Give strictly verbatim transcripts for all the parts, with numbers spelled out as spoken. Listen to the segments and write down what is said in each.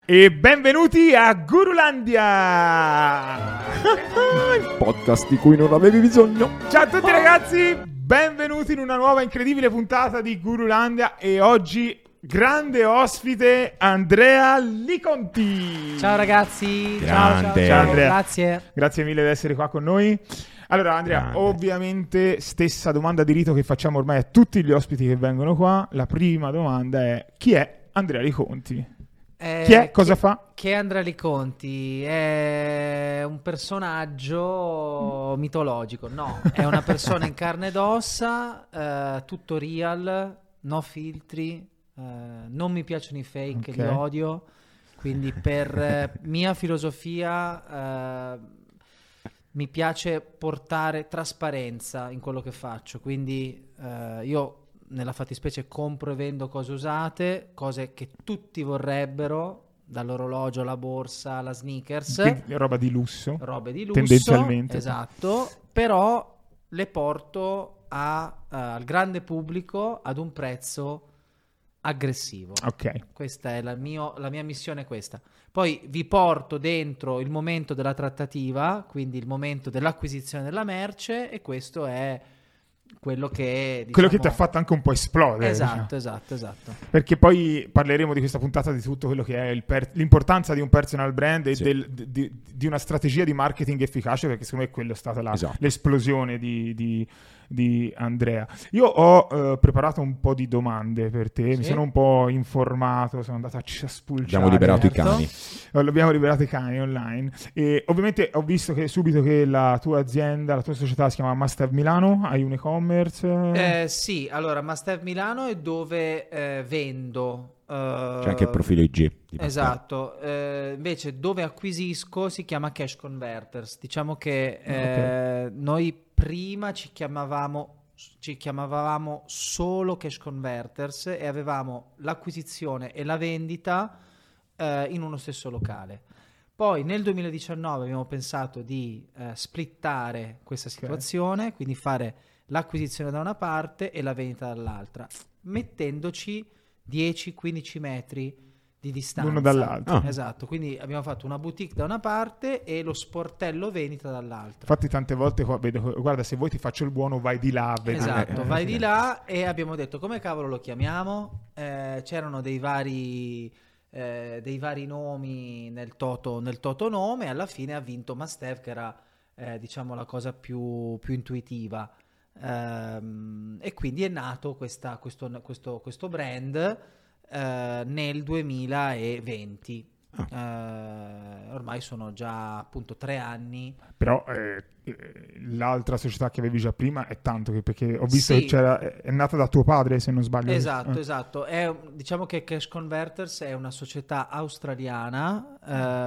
E benvenuti a Gurulandia, il podcast di cui non avevi bisogno. Ciao a tutti ragazzi, benvenuti in una nuova incredibile puntata di Gurulandia. E oggi grande ospite Andrea Liconti. Ciao ragazzi. Grande. Ciao, ciao, Ciao Andrea. Grazie. Grazie mille di essere qua con noi. Allora Andrea, Grande. Ovviamente stessa domanda di rito che facciamo ormai a tutti gli ospiti che vengono qua. La prima domanda è: chi è Andrea Liconti? Eh, Chi è? Cosa chi, fa? Chi è Andrea Liconti? È un personaggio mitologico. No, è una persona in carne ed ossa, eh, tutto real, no filtri, eh, non mi piacciono i fake, Ok. li odio. Quindi per eh, mia filosofia eh, mi piace portare trasparenza in quello che faccio. Quindi eh, io nella fattispecie compro e vendo cose usate, cose che tutti vorrebbero, dall'orologio alla borsa alla sneakers, Quindi roba di lusso. robe di lusso, tendenzialmente. esatto, però le porto a, eh, al grande pubblico ad un prezzo aggressivo. Ok. Questa è la, mio, la mia missione, è questa. Poi vi porto dentro il momento della trattativa, quindi il momento dell'acquisizione della merce, e questo è quello che, diciamo, Quello che ti ha fatto anche un po' esplodere. esatto, diciamo. esatto, esatto. Perché poi parleremo di questa puntata di tutto quello che è il per- l'importanza di un personal brand e Sì. del- di, di una strategia di marketing efficace, perché secondo me quello è stata la- Esatto. l'esplosione di, di- di Andrea. Io ho eh, preparato un po' di domande per te, mi Sì. sono un po' informato, sono andato a c- a spulciare. Abbiamo liberato i Certo. cani. Eh, Abbiamo liberato i cani online e ovviamente ho visto che subito che la tua azienda, la tua società si chiama Must Have Milano, hai un e-commerce. Eh, sì, allora Must Have Milano è dove eh, vendo. eh, C'è anche il profilo I G. di Esatto, eh, invece dove acquisisco si chiama Cash Converters. Diciamo che eh, noi prima ci chiamavamo, ci chiamavamo solo Cash Converters e avevamo l'acquisizione e la vendita eh, in uno stesso locale. Poi nel duemiladiciannove abbiamo pensato di eh, splittare questa situazione, quindi fare l'acquisizione da una parte e la vendita dall'altra, mettendoci dieci quindici metri di distanza L'uno dall'altro. Ah. Esatto, quindi abbiamo fatto una boutique da una parte e lo sportello vendita dall'altra. Infatti tante volte qua vedo, guarda, se vuoi ti faccio il buono, vai di là. vedi. Esatto, Eh, vai eh, di sì. là, e abbiamo detto come cavolo lo chiamiamo. Eh, c'erano dei vari eh, dei vari nomi nel toto, nel toto nome, e alla fine ha vinto Must Have, che era eh, diciamo la cosa più, più intuitiva. Ehm, e quindi è nato questa- questo, questo, questo brand eh, nel duemilaventi. Eh, ormai sono già appunto tre anni. Però eh, eh, l'altra società che avevi già prima è tanto che, perché ho visto Sì. che c'era, è nata da tuo padre, se non sbaglio. Esatto, Eh. esatto. È, diciamo che Cash Converters è una società australiana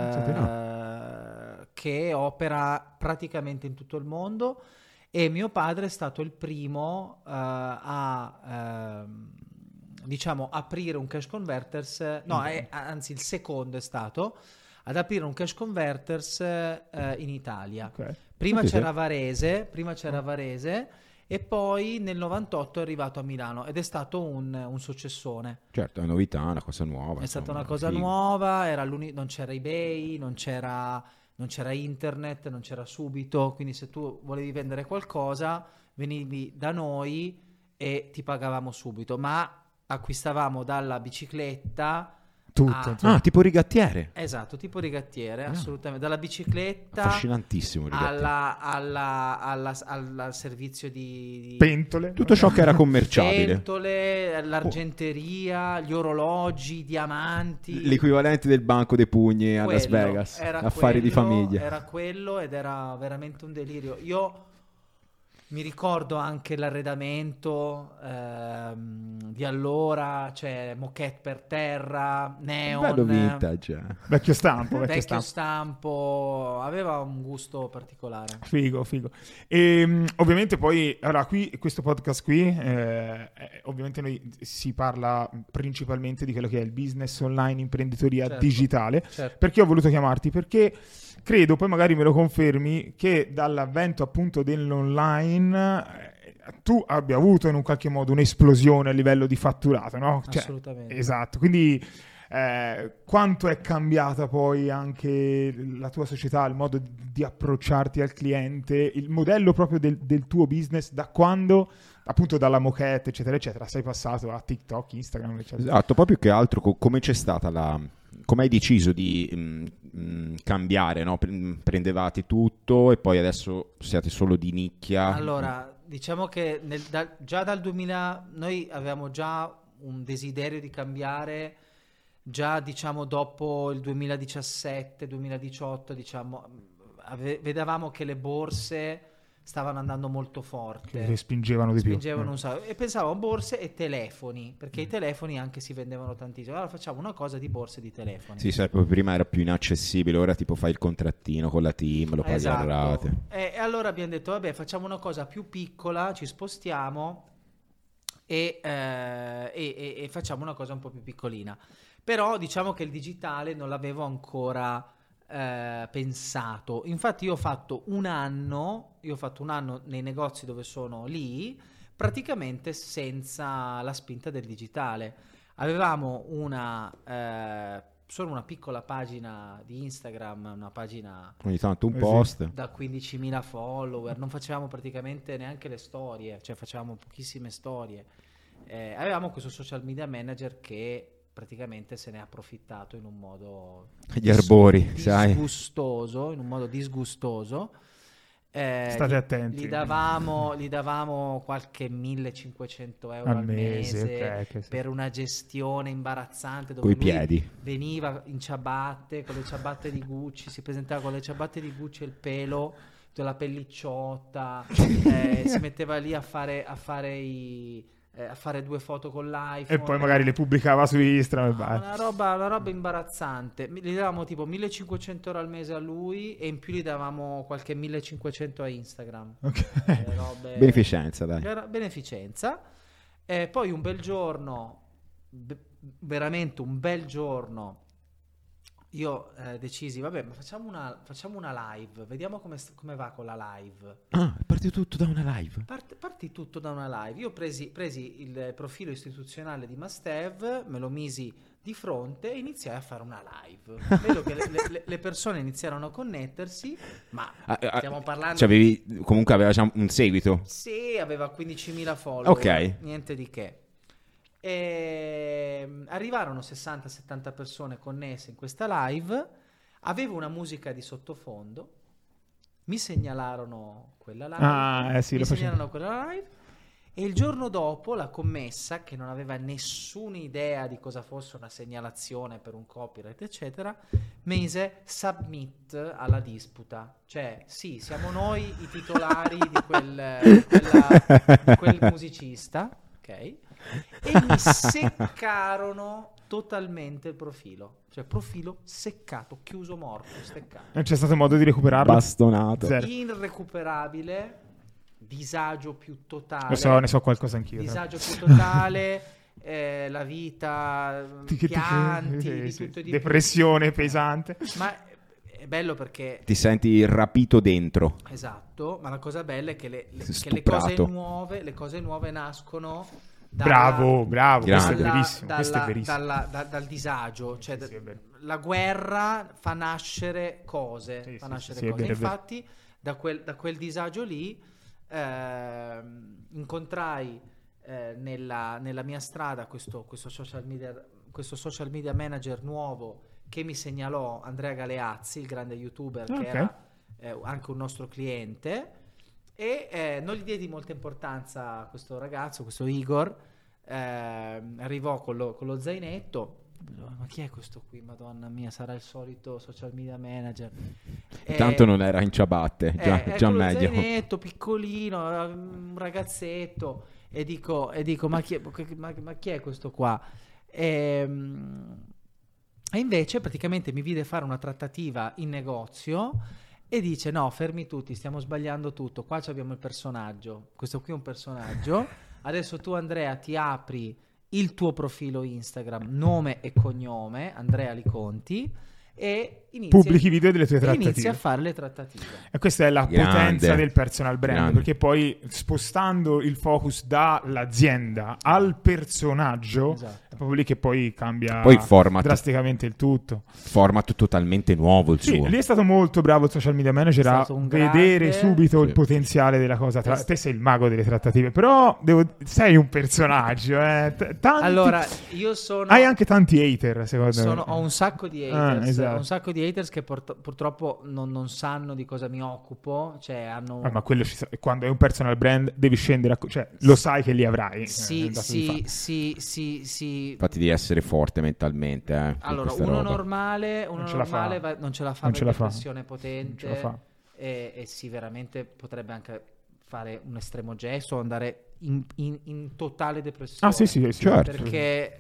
eh, che opera praticamente in tutto il mondo, e mio padre è stato il primo eh, a ehm, diciamo aprire un Cash Converters, no, è- anzi il secondo è stato ad aprire un Cash Converters eh, in Italia. Ok. Prima Ah, sì, c'era sì. Varese, prima c'era Varese, e poi nel novantotto è arrivato a Milano, ed è stato un, un successone. Certo, è una novità, una cosa nuova. È stata insomma, una cosa figo. nuova, era l'uni- non c'era eBay, non c'era, non c'era internet, non c'era Subito, quindi se tu volevi vendere qualcosa venivi da noi e ti pagavamo subito, ma acquistavamo dalla bicicletta. Tutto, Ah. tutto. Ah, tipo rigattiere. Esatto, tipo rigattiere, Ah. assolutamente, dalla bicicletta Affascinantissimo il rigattiere. alla, alla, alla, al, al servizio di, di Pentole. Tutto ciò che era commerciabile. pentole, l'argenteria, gli orologi, i diamanti. L'equivalente del banco dei pugni a Las Quello, Vegas. era Affari di quello, famiglia. Era quello, ed era veramente un delirio. Io mi ricordo anche l'arredamento ehm, di allora, cioè moquette per terra, neon, Bello vintage. eh. Vecchio stampo, vecchio, vecchio stampo. stampo, aveva un gusto particolare. Figo, figo. E mh, ovviamente poi, allora, qui, questo podcast qui, eh, eh, ovviamente noi si parla principalmente di quello che è il business online, imprenditoria Certo. digitale. Certo. Perché ho voluto chiamarti? Perché credo, poi magari me lo confermi, che dall'avvento appunto dell'online eh, tu abbia avuto in un qualche modo un'esplosione a livello di fatturato, no? Cioè, Assolutamente. esatto, quindi eh, quanto è cambiata poi anche la tua società, il modo di, di approcciarti al cliente, il modello proprio del, del tuo business, da quando appunto dalla moquette eccetera eccetera sei passato a TikTok, Instagram eccetera. Esatto, poi più che altro co- come c'è stata la... come hai deciso di mh, mh, cambiare, no? Prendevate tutto e poi adesso siete solo di nicchia? Allora, diciamo che nel, da, già dal duemila noi avevamo già un desiderio di cambiare, già diciamo dopo il duemiladiciassette duemiladiciotto, diciamo, ave, vedevamo che le borse stavano andando molto forte, che spingevano di spingevano più un sacco, e pensavamo borse e telefoni, perché i telefoni anche si vendevano tantissimo. Allora facciamo una cosa di borse e di telefoni. Sì, sai, prima era più inaccessibile, ora tipo fai il contrattino con la team, lo paghi Esatto. a rate. E, e allora abbiamo detto vabbè, facciamo una cosa più piccola, ci spostiamo e, eh, e, e, e facciamo una cosa un po' più piccolina. Però diciamo che il digitale non l'avevo ancora eh, pensato. Infatti io ho fatto un anno, io ho fatto un anno nei negozi dove sono lì, praticamente senza la spinta del digitale. Avevamo una eh, solo una piccola pagina di Instagram, una pagina Ogni tanto un Eh sì. post. da quindicimila follower, non facevamo praticamente neanche le storie, cioè facevamo pochissime storie. Eh, avevamo questo social media manager che praticamente se ne è approfittato in un modo Gli arbori, dis- sai. disgustoso, in un modo disgustoso. Eh, State gli- attenti. Gli davamo, gli davamo qualche millecinquecento euro al al mese, mese, ok, che sì. per una gestione imbarazzante dove Coi lui piedi. veniva in ciabatte, con le ciabatte di Gucci, si presentava con le ciabatte di Gucci e il pelo, tutta la pellicciotta, eh, si metteva lì a fare, a fare i... eh, a fare due foto con l'iPhone E poi magari le pubblicava su Instagram e No, basta. una roba, una roba imbarazzante. Mi- Gli davamo tipo millecinquecento euro al mese a lui e in più gli davamo qualche millecinquecento a Instagram. Ok. Eh, robe- Beneficenza, dai. Era beneficenza. E poi un bel giorno, be- veramente un bel giorno, io eh, decisi, vabbè, ma facciamo una, facciamo una live, vediamo come, st- come va con la live. Ah, è partito tutto da una live. Part- partì tutto da una live. Io presi, presi il profilo istituzionale di Mastev, me lo misi di fronte e iniziai a fare una live. Vedo che le, le- le persone iniziarono a connettersi, ma Ah, ah, stiamo parlando... Cioè, avevi, comunque aveva già un seguito. Sì, aveva quindicimila follower, Ok. niente di che. E arrivarono sessanta settanta persone connesse in questa live, avevo una musica di sottofondo, mi segnalarono quella live, Ah, eh sì, mi lo facevo. segnalarono quella live e il giorno dopo la commessa, che non aveva nessuna idea di cosa fosse una segnalazione per un copyright eccetera, mise submit alla disputa, cioè sì, siamo noi i titolari di quel, di quella- di quel musicista, ok? E mi seccarono totalmente il profilo, cioè profilo seccato, chiuso, morto, steccato, Non c'è stato modo di recuperarlo? Bastonato. Zero. irrecuperabile, disagio più totale, Lo so, ne so qualcosa anch'io. disagio più totale, eh, la vita, Ti- che ti- pianti, sì, di sì, tutto e di depressione più. pesante. Ma è bello perché Ti senti rapito dentro. esatto, ma la cosa bella è che le, le- Sei che le cose stuprato. nuove, le cose nuove nascono dalla- Bravo, bravo, questo è Grande. verissimo, dalla- questo è verissimo. dalla- da- dal disagio, cioè Sì, da- sì, è vero. la guerra fa nascere cose, Sì, fa sì, nascere sì, è cose. vero, è vero. Infatti da quel, da quel disagio lì ehm, incontrai eh, nella, nella mia strada questo, questo social media, questo social media manager nuovo che mi segnalò Andrea Galeazzi, il grande youtuber che Ok. era eh, anche un nostro cliente, e eh, non gli diedi molta importanza a questo ragazzo, questo Igor. eh, arrivò con lo, con lo zainetto. Ma chi è questo qui? Madonna mia, sarà il solito social media manager. Eh, Tanto non era in ciabatte, già, eh, già con lo meglio. zainetto piccolino, un ragazzetto, e dico, e dico ma, chi è, ma, ma chi è questo qua? Ehm, E invece praticamente mi vide fare una trattativa in negozio e dice no, fermi tutti, stiamo sbagliando tutto, qua abbiamo il personaggio, questo qui è un personaggio, adesso tu Andrea ti apri il tuo profilo Instagram, nome e cognome, Andrea Liconti, e inizia, pubblichi video delle tue trattative. inizia a fare le trattative. E questa è la Grande. potenza del personal brand, Grande. perché poi spostando il focus dall'azienda al personaggio Esatto. è proprio lì che poi cambia Poi il format. drasticamente il tutto. Format totalmente nuovo il Sì, suo. lì è stato molto bravo il social media manager È a stato un vedere grande. subito Sì. il potenziale della cosa. Tra... È st- Te sei il mago delle trattative, però devo... sei un personaggio. Eh. T- tanti... Allora, io sono... Hai anche tanti hater, secondo Sono- me. ho un sacco di Ah, haters, esatto. ho un sacco di haters che port- purtroppo non, non sanno di cosa mi occupo, cioè hanno... Ah, ma quello ci sa- quando è un personal brand devi scendere a... co- cioè lo sai che li avrai. eh, è Sì, un dato di fatto. sì, sì, sì, sì. Infatti di essere forte mentalmente. Eh, con Allora, questa uno roba. normale, uno Non ce la fa. normale va- non ce la fa Non ce perché la fa. è pressione potente Non ce la fa. E, e sì, veramente potrebbe anche fare un estremo gesto o andare in, in- in totale depressione. Ah, sì, sì, sì, Certo. Perché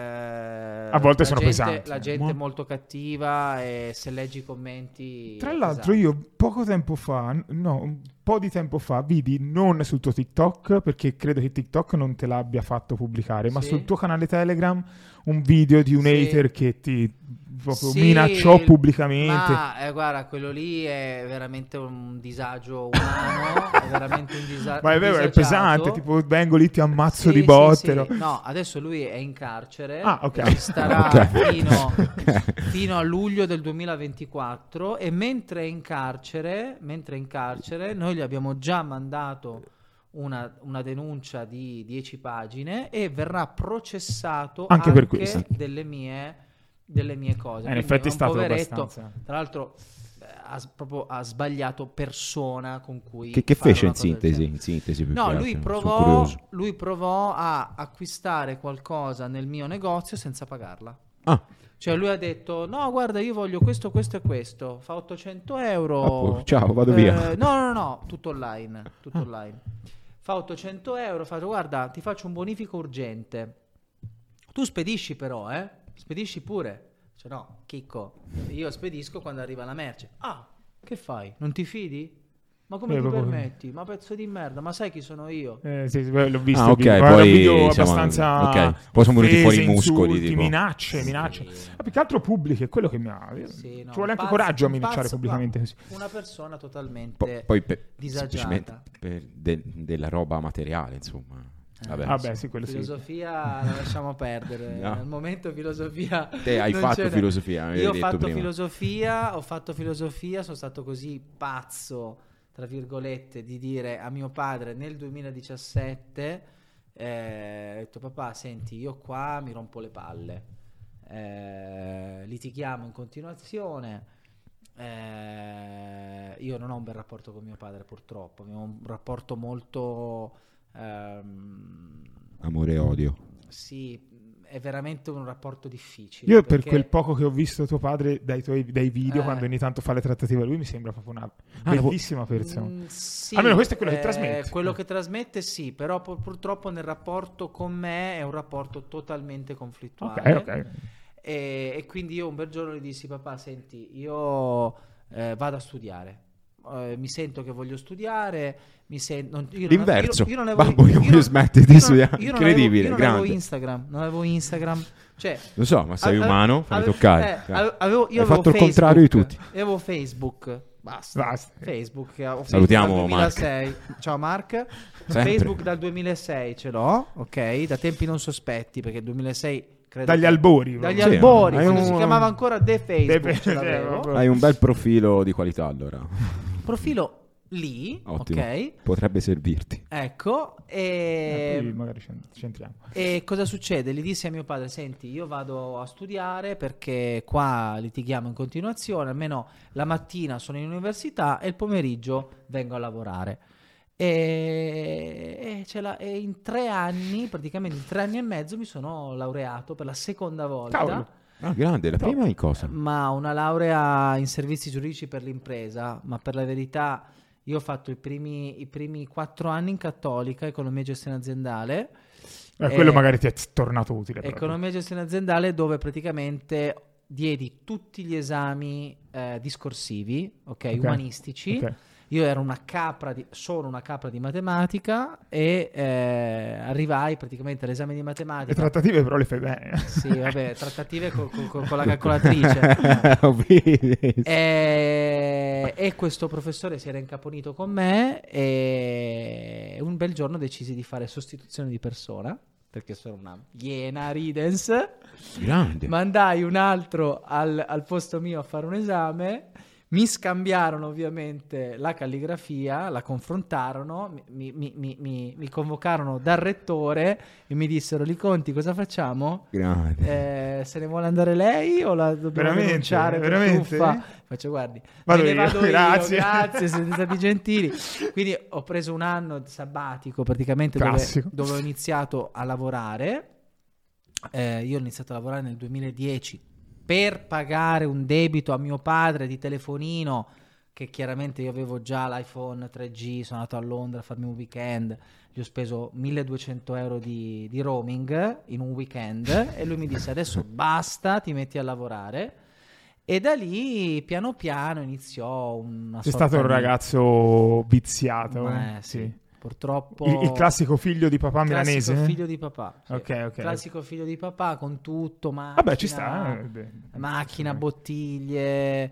eh, A volte la sono gente, pesanti, la eh. gente è Mo- molto cattiva e se leggi i commenti... Tra è l'altro pesante. io poco tempo fa, n- no, un po' di tempo fa, vidi non sul tuo TikTok, perché credo che TikTok non te l'abbia fatto pubblicare, ma Sì. sul tuo canale Telegram un video di un Sì. hater che ti proprio Sì, minacciò pubblicamente. Ma eh, guarda, quello lì è veramente un disagio umano, è veramente un, disa- Ma è un vero, è disagiato. pesante, tipo vengo lì ti ammazzo Sì, di sì, bottero. sì. No, adesso lui è in carcere. Ah, ok. e ci starà Ok. fino, Ok. fino a luglio del duemilaventiquattro e mentre è in carcere, mentre è in carcere, noi gli abbiamo già mandato una, una denuncia di dieci pagine e verrà processato Anche anche, per questo. delle mie, delle mie cose. Eh, in Quindi effetti è un stato poveretto. abbastanza. Tra l'altro eh, ha, s- proprio, ha sbagliato persona con cui Che, che fare fece una in cosa del sintesi? genere. In sintesi più No, che lui altro, sono provò, curioso. lui provò a acquistare qualcosa nel mio negozio senza pagarla. Ah, Cioè lui ha detto, no guarda io voglio questo, questo e questo, fa ottocento euro. Oh, ciao, vado Eh, via. No, no, no, tutto online, tutto online. Fa ottocento euro, fa guarda ti faccio un bonifico urgente. Tu spedisci però, eh? Spedisci pure. Cioè no, Chicco, io spedisco quando arriva la merce. Ah, che fai? Non ti fidi? Ma come Eh, ti proprio- permetti? Ma pezzo di merda, ma sai chi sono io? Eh, sì, sì, l'ho visto. Ah, il ok, video. Ma era poi, un video diciamo, abbastanza. ok, poi sono venuti fuori i offese, muscoli, insulti, tipo. minacce, minacce. Sì. Ma più che altro pubbliche, è quello che mi ha. Sì, no, Ci vuole anche pazzo- coraggio a un minacciare pazzo- pubblicamente no, così. Una persona totalmente Po- poi per, disagiata. semplicemente per de- della roba materiale, insomma. Vabbè, Vabbè, insomma. sì, quello sì. Filosofia la lasciamo perdere. No. Al momento filosofia. Te hai non fatto ce n'è. filosofia, mi avevi Io ho detto fatto prima. filosofia, ho fatto filosofia, sono stato così pazzo, tra virgolette, di dire a mio padre nel duemiladiciassette, eh, ho detto papà, senti, io qua mi rompo le palle. Eh, litighiamo in continuazione. Eh, io non ho un bel rapporto con mio padre purtroppo, abbiamo un rapporto molto ehm, Amore e odio. sì, è veramente un rapporto difficile. Io per perché- quel poco che ho visto tuo padre dai, tuoi, dai video, Eh. quando ogni tanto fa le trattative, lui mi sembra proprio una Ah, la vo- bellissima persona. Mm, sì, Almeno questo è quello che eh, trasmette. Quello che trasmette sì, però pu- purtroppo nel rapporto con me è un rapporto totalmente conflittuale. Ok, ok. E, e quindi io un bel giorno gli dissi papà senti io eh, vado a studiare. Eh, mi sento che voglio studiare, mi sen- non, io non L'inverso. avevo- io, io non avevo- Babbo, io voglio non- smettere di io non- studiare. io non avevo- Incredibile, io non avevo grande. Instagram, non avevo Instagram, cioè Lo so, ma sei ave- umano, fammi ave- toccare. eh, ave- avevo- io Hai avevo fatto il Facebook, contrario di tutti. Avevo Facebook, basta. Basta. Facebook, che ho Salutiamo Facebook dal duemilasei. Ciao Mark. Sempre. Facebook dal duemilasei ce l'ho, ok, da tempi non sospetti perché il duemilasei credo Dagli che- albori. dagli proprio. Sì, albori, hai quando un- si chiamava ancora The Facebook, The- ce l'avevo. proprio. Hai un bel profilo di qualità allora. Profilo lì, Ottimo. ok, Potrebbe servirti. ecco, Eh, e... poi magari ci ci entriamo. E cosa succede? Gli dissi a mio padre: senti, io vado a studiare perché qua litighiamo in continuazione. Almeno la mattina sono in università e il pomeriggio vengo a lavorare. E, e, ce l'ha- e in tre anni, praticamente in tre anni e mezzo, mi sono laureato per la seconda volta. Cavolo. Ah, grande, la prima in cosa? Ma una laurea in servizi giuridici per l'impresa, ma per la verità io ho fatto i primi, i primi quattro anni in cattolica, economia e gestione aziendale. Eh, quello Eh, magari ti è tornato utile. proprio. Economia e gestione aziendale, dove praticamente diedi tutti gli esami eh, discorsivi, ok, Ok, umanistici, ok. Io ero una capra di, sono una capra di matematica e eh, arrivai praticamente all'esame di matematica. Le trattative però le fai bene. Sì, vabbè, trattative co- co- co- con la calcolatrice. e, e questo professore si era incaponito con me e un bel giorno decisi di fare sostituzione di persona, perché sono una iena ridens. Grande. Mandai un altro al, al posto mio a fare un esame. Mi scambiarono ovviamente la calligrafia, la confrontarono, mi, mi, mi, mi, mi convocarono dal rettore e mi dissero: Liconti, cosa facciamo? Grande. Eh, se ne vuole andare lei o la dobbiamo Veramente? denunciare per Veramente? truffa? Faccio, guardi, Vado me ne io, vado io, grazie. grazie, siete stati gentili. Quindi ho preso un anno sabbatico praticamente dove, Classico. dove ho iniziato a lavorare. Eh, io ho iniziato a lavorare nel duemiladieci per pagare un debito a mio padre di telefonino, che chiaramente io avevo già l'iPhone tre G, sono andato a Londra a farmi un weekend, gli ho speso milleduecento euro di, di roaming in un weekend e lui mi disse: adesso basta, ti metti a lavorare. E da lì piano piano iniziò una Sei sorta stato un di- ragazzo viziato. Eh, eh? sì. Purtroppo Il, il classico figlio di papà milanese? classico figlio di papà, sì. Ok, ok. Classico figlio di papà con tutto, macchina, Vabbè, ci sta. eh, beh. macchina, bottiglie,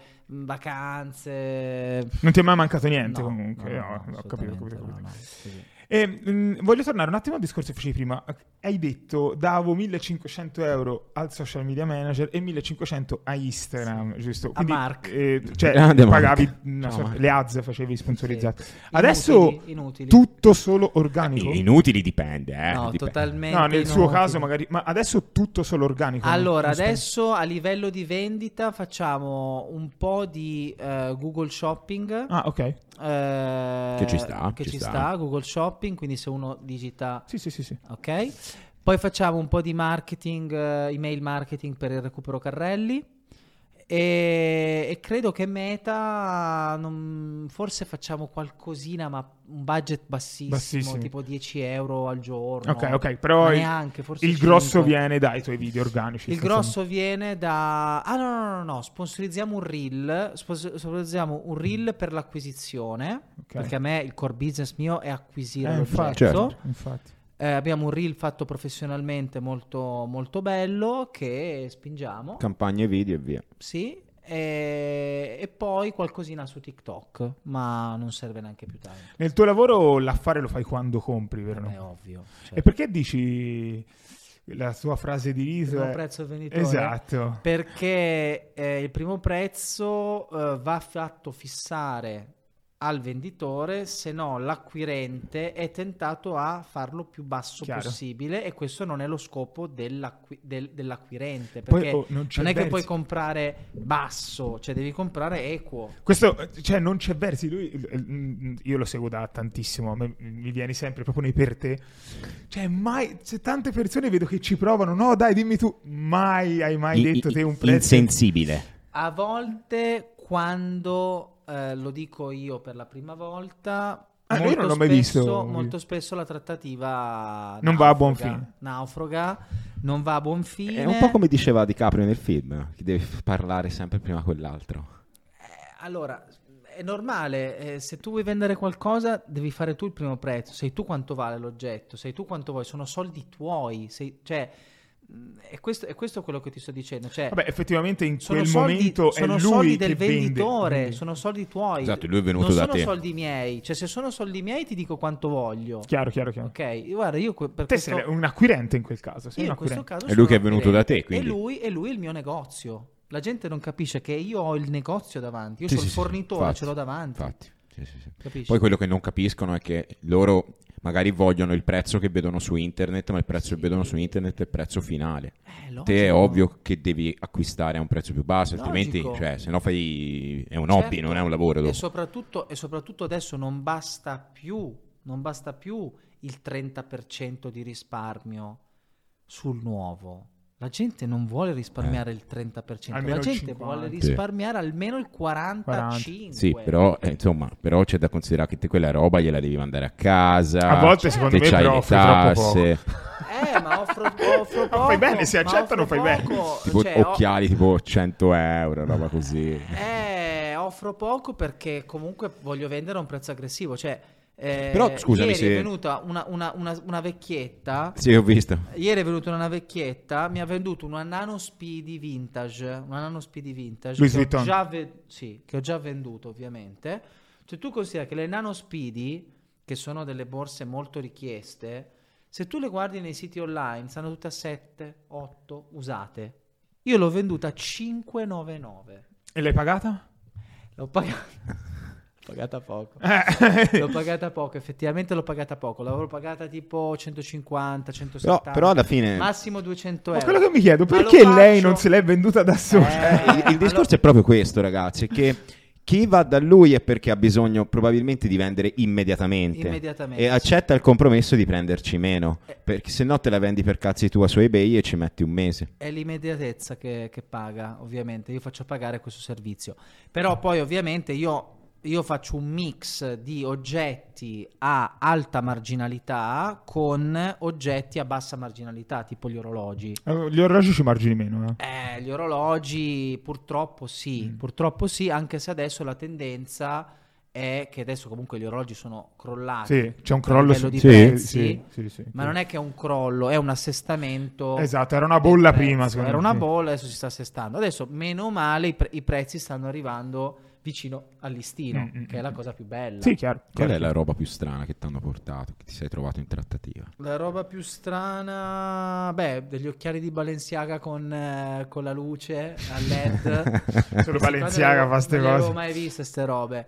vacanze. Non ti è mai mancato niente No, comunque. no, No, no, ho capito, ho assolutamente capito, ho no, capito. no, sì. E, mh, voglio tornare un attimo al discorso che facevi prima. Hai detto davo millecinquecento euro al social media manager e millecinquecento a Instagram, giusto? A Mark. eh, cioè Grande pagavi Mark. una Ciao, sorta- Mark. le ads facevi sponsorizzate. Sì. Adesso Inutili, inutili. tutto solo organico? Inutili dipende, eh. No, dipende. totalmente No, nel suo inutili. caso magari, ma adesso tutto solo organico. Allora, non so. adesso a livello di vendita facciamo un po' di eh, Google Shopping. Ah, ok. eh, Che ci sta, che ci ci sta. sta, Google Shopping, quindi se uno digita, Sì, sì, sì, sì. ok. Poi facciamo un po' di marketing, eh, email marketing per il recupero carrelli e, e credo che Meta non- forse facciamo qualcosina, ma un budget bassissimo, Bassissimo. tipo dieci euro al giorno. Ok, ok, però Ma il, neanche, forse il grosso cinque. viene dai tuoi video organici. Il sostanzialmente. grosso viene da... Ah no, no, no, no, sponsorizziamo un reel, spons- sponsorizziamo un reel per l'acquisizione, Ok. perché a me il core business mio è acquisire Eh, l'oggetto. infatti, Certo. infatti. Eh, abbiamo un reel fatto professionalmente molto, molto bello che spingiamo, Campagne video e via. sì, e, e poi qualcosina su TikTok, ma non serve neanche più tanto. Nel tuo lavoro l'affare lo fai quando compri, vero? È ovvio. Cioè, E perché dici la tua frase di riso? primo è- prezzo al venditore? Esatto. Perché eh, il primo prezzo eh, va fatto fissare al venditore, se no l'acquirente è tentato a farlo più basso Chiaro. possibile, e questo non è lo scopo dell'acqui- del- dell'acquirente, Poi, perché oh, non c'è non è che versi. puoi comprare basso, cioè devi comprare equo. Questo, cioè, non c'è versi. Lui, mm, io lo seguo da tantissimo. A me mi vieni sempre proprio nei per te. Cioè, mai. C'è tante persone vedo che ci provano. No, dai, dimmi tu. Mai hai mai I- detto i- te un prezzo? insensibile. A volte quando eh, lo dico io per la prima volta, Ah, io molto non l'ho mai spesso, visto. molto spesso la trattativa Non va a buon naufraga, fine. naufraga, non va a buon fine. È un po' come diceva DiCaprio nel film, che deve parlare sempre prima quell'altro. Eh, allora, è normale, eh, se tu vuoi vendere qualcosa devi fare tu il primo prezzo, sei tu quanto vale l'oggetto, sei tu quanto vuoi, sono soldi tuoi, sei, cioè, mh, è questo, è questo quello che ti sto dicendo, cioè, Vabbè, effettivamente in sono quel soldi, momento è sono lui soldi del che vende, venditore, quindi- sono soldi tuoi. Esatto, lui è venuto non da sono te. soldi miei, cioè se sono soldi miei ti dico quanto voglio. Chiaro, chiaro, chiaro. Ok, guarda, io que- per Te questo, sei un acquirente in quel caso. Sei io un in questo acquirente. caso È lui sono che è venuto da te, acquirente. quindi. E lui, e lui è il mio negozio. La gente non capisce che io ho il negozio davanti, io Sì, ho sì, il sì, fornitore, infatti, ce l'ho davanti. Infatti, sì, sì, sì. Capisci? Poi quello che non capiscono è che loro magari vogliono il prezzo che vedono su internet, ma il prezzo Sì. che vedono su internet è il prezzo finale. Eh, logico. Te è ovvio che devi acquistare a un prezzo più basso, altrimenti, Logico. cioè, se no fai è un Certo. hobby, non è un lavoro E dopo. soprattutto, e soprattutto adesso non basta più, non basta più il trenta per cento di risparmio sul nuovo. La gente non vuole risparmiare il trenta per cento, Almeno la il gente cinquanta. vuole Sì. risparmiare almeno il quarantacinque. Sì, però eh, insomma, però c'è da considerare che te quella roba gliela devi mandare a casa. A volte, Certo. secondo te me, c'hai però le offri troppo poco. tasse, Eh, ma offro, offro poco. fai bene, se ma accettano offro fai bene. poco. tipo Cioè, ho- occhiali tipo cento euro, roba così. Eh, la offro poco perché comunque voglio vendere a un prezzo aggressivo, cioè eh, Però, scusami, ieri se- è venuta una, una, una, una vecchietta. Sì, ho visto. Ieri è venuta una vecchietta, mi ha venduto una Nano Speedy Vintage, una Nano Speedy Vintage Louis che ho, Vuitton. già ve- sì, che ho già venduto ovviamente. Cioè tu considera che le Nano Speedy, che sono delle borse molto richieste, se tu le guardi nei siti online stanno tutte a sette, otto usate. Io l'ho venduta a cinque virgola novantanove. E l'hai pagata? L'ho pagata l'ho pagata poco. Eh. L'ho pagata poco, effettivamente l'ho pagata poco. L'avevo pagata tipo centocinquanta, Però, centosettanta. però alla fine Massimo duecento Ma euro. quello che mi chiedo, Ma lo perché lei faccio- non se l'è venduta da sola? Eh, il, il discorso è proprio questo, ragazzi, che chi va da lui è perché ha bisogno probabilmente di vendere immediatamente, Immediatamente, e sì. accetta il compromesso di prenderci meno, Eh. perché se no te la vendi per cazzi tua su eBay e ci metti un mese. È l'immediatezza che, che paga, ovviamente. Io faccio pagare questo servizio. Però poi, ovviamente, io, io faccio un mix di oggetti a alta marginalità con oggetti a bassa marginalità, tipo gli orologi. Eh, Gli orologi ci margini meno, eh. Eh, gli orologi purtroppo sì, Mm. purtroppo sì, anche se adesso la tendenza è che adesso comunque gli orologi sono crollati. Sì, c'è un a crollo livello su- di sì, prezzi, sì, sì, sì. ma non è che è un crollo, è un assestamento. Esatto, era una bolla del prima, prezzo. secondo Era me, una sì. bolla, adesso si sta assestando. Adesso, meno male, i, pre- i prezzi stanno arrivando vicino al listino, Mm, mm, che è la mm. cosa più bella. Sì, chiaro. Qual chiaro. è la roba più strana che ti hanno portato, che ti sei trovato in trattativa? La roba più strana, beh, degli occhiali di Balenciaga con, eh, con la luce a L E D. Solo Balenciaga fa ste Non le avevo cose. mai viste ste robe.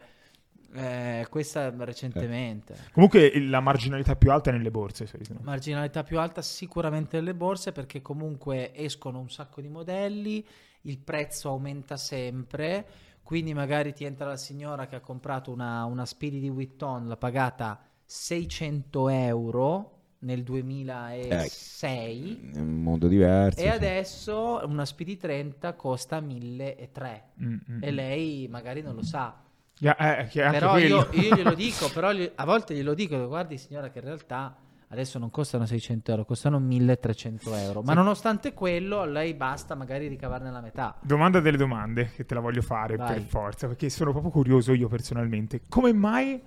Eh, questa recentemente. Comunque il- la marginalità più alta è nelle borse, solitamente. Marginalità più alta sicuramente nelle borse, perché comunque escono un sacco di modelli, il prezzo aumenta sempre, quindi magari ti entra la signora che ha comprato una, una Speedy di Vuitton, l'ha pagata seicento euro nel duemilasei È un mondo diverso. e sì. adesso una Speedy trenta costa milletrecento Mm, mm, e mm. lei magari non lo sa. Yeah, eh, che anche Però quello. io, io glielo dico, però gli- a volte glielo dico, guardi signora che in realtà adesso non costano seicento euro, costano milletrecento euro, ma Sì. nonostante quello a lei basta magari ricavarne la metà. Domanda delle domande che te la voglio fare Vai. per forza, perché sono proprio curioso io personalmente. Come mai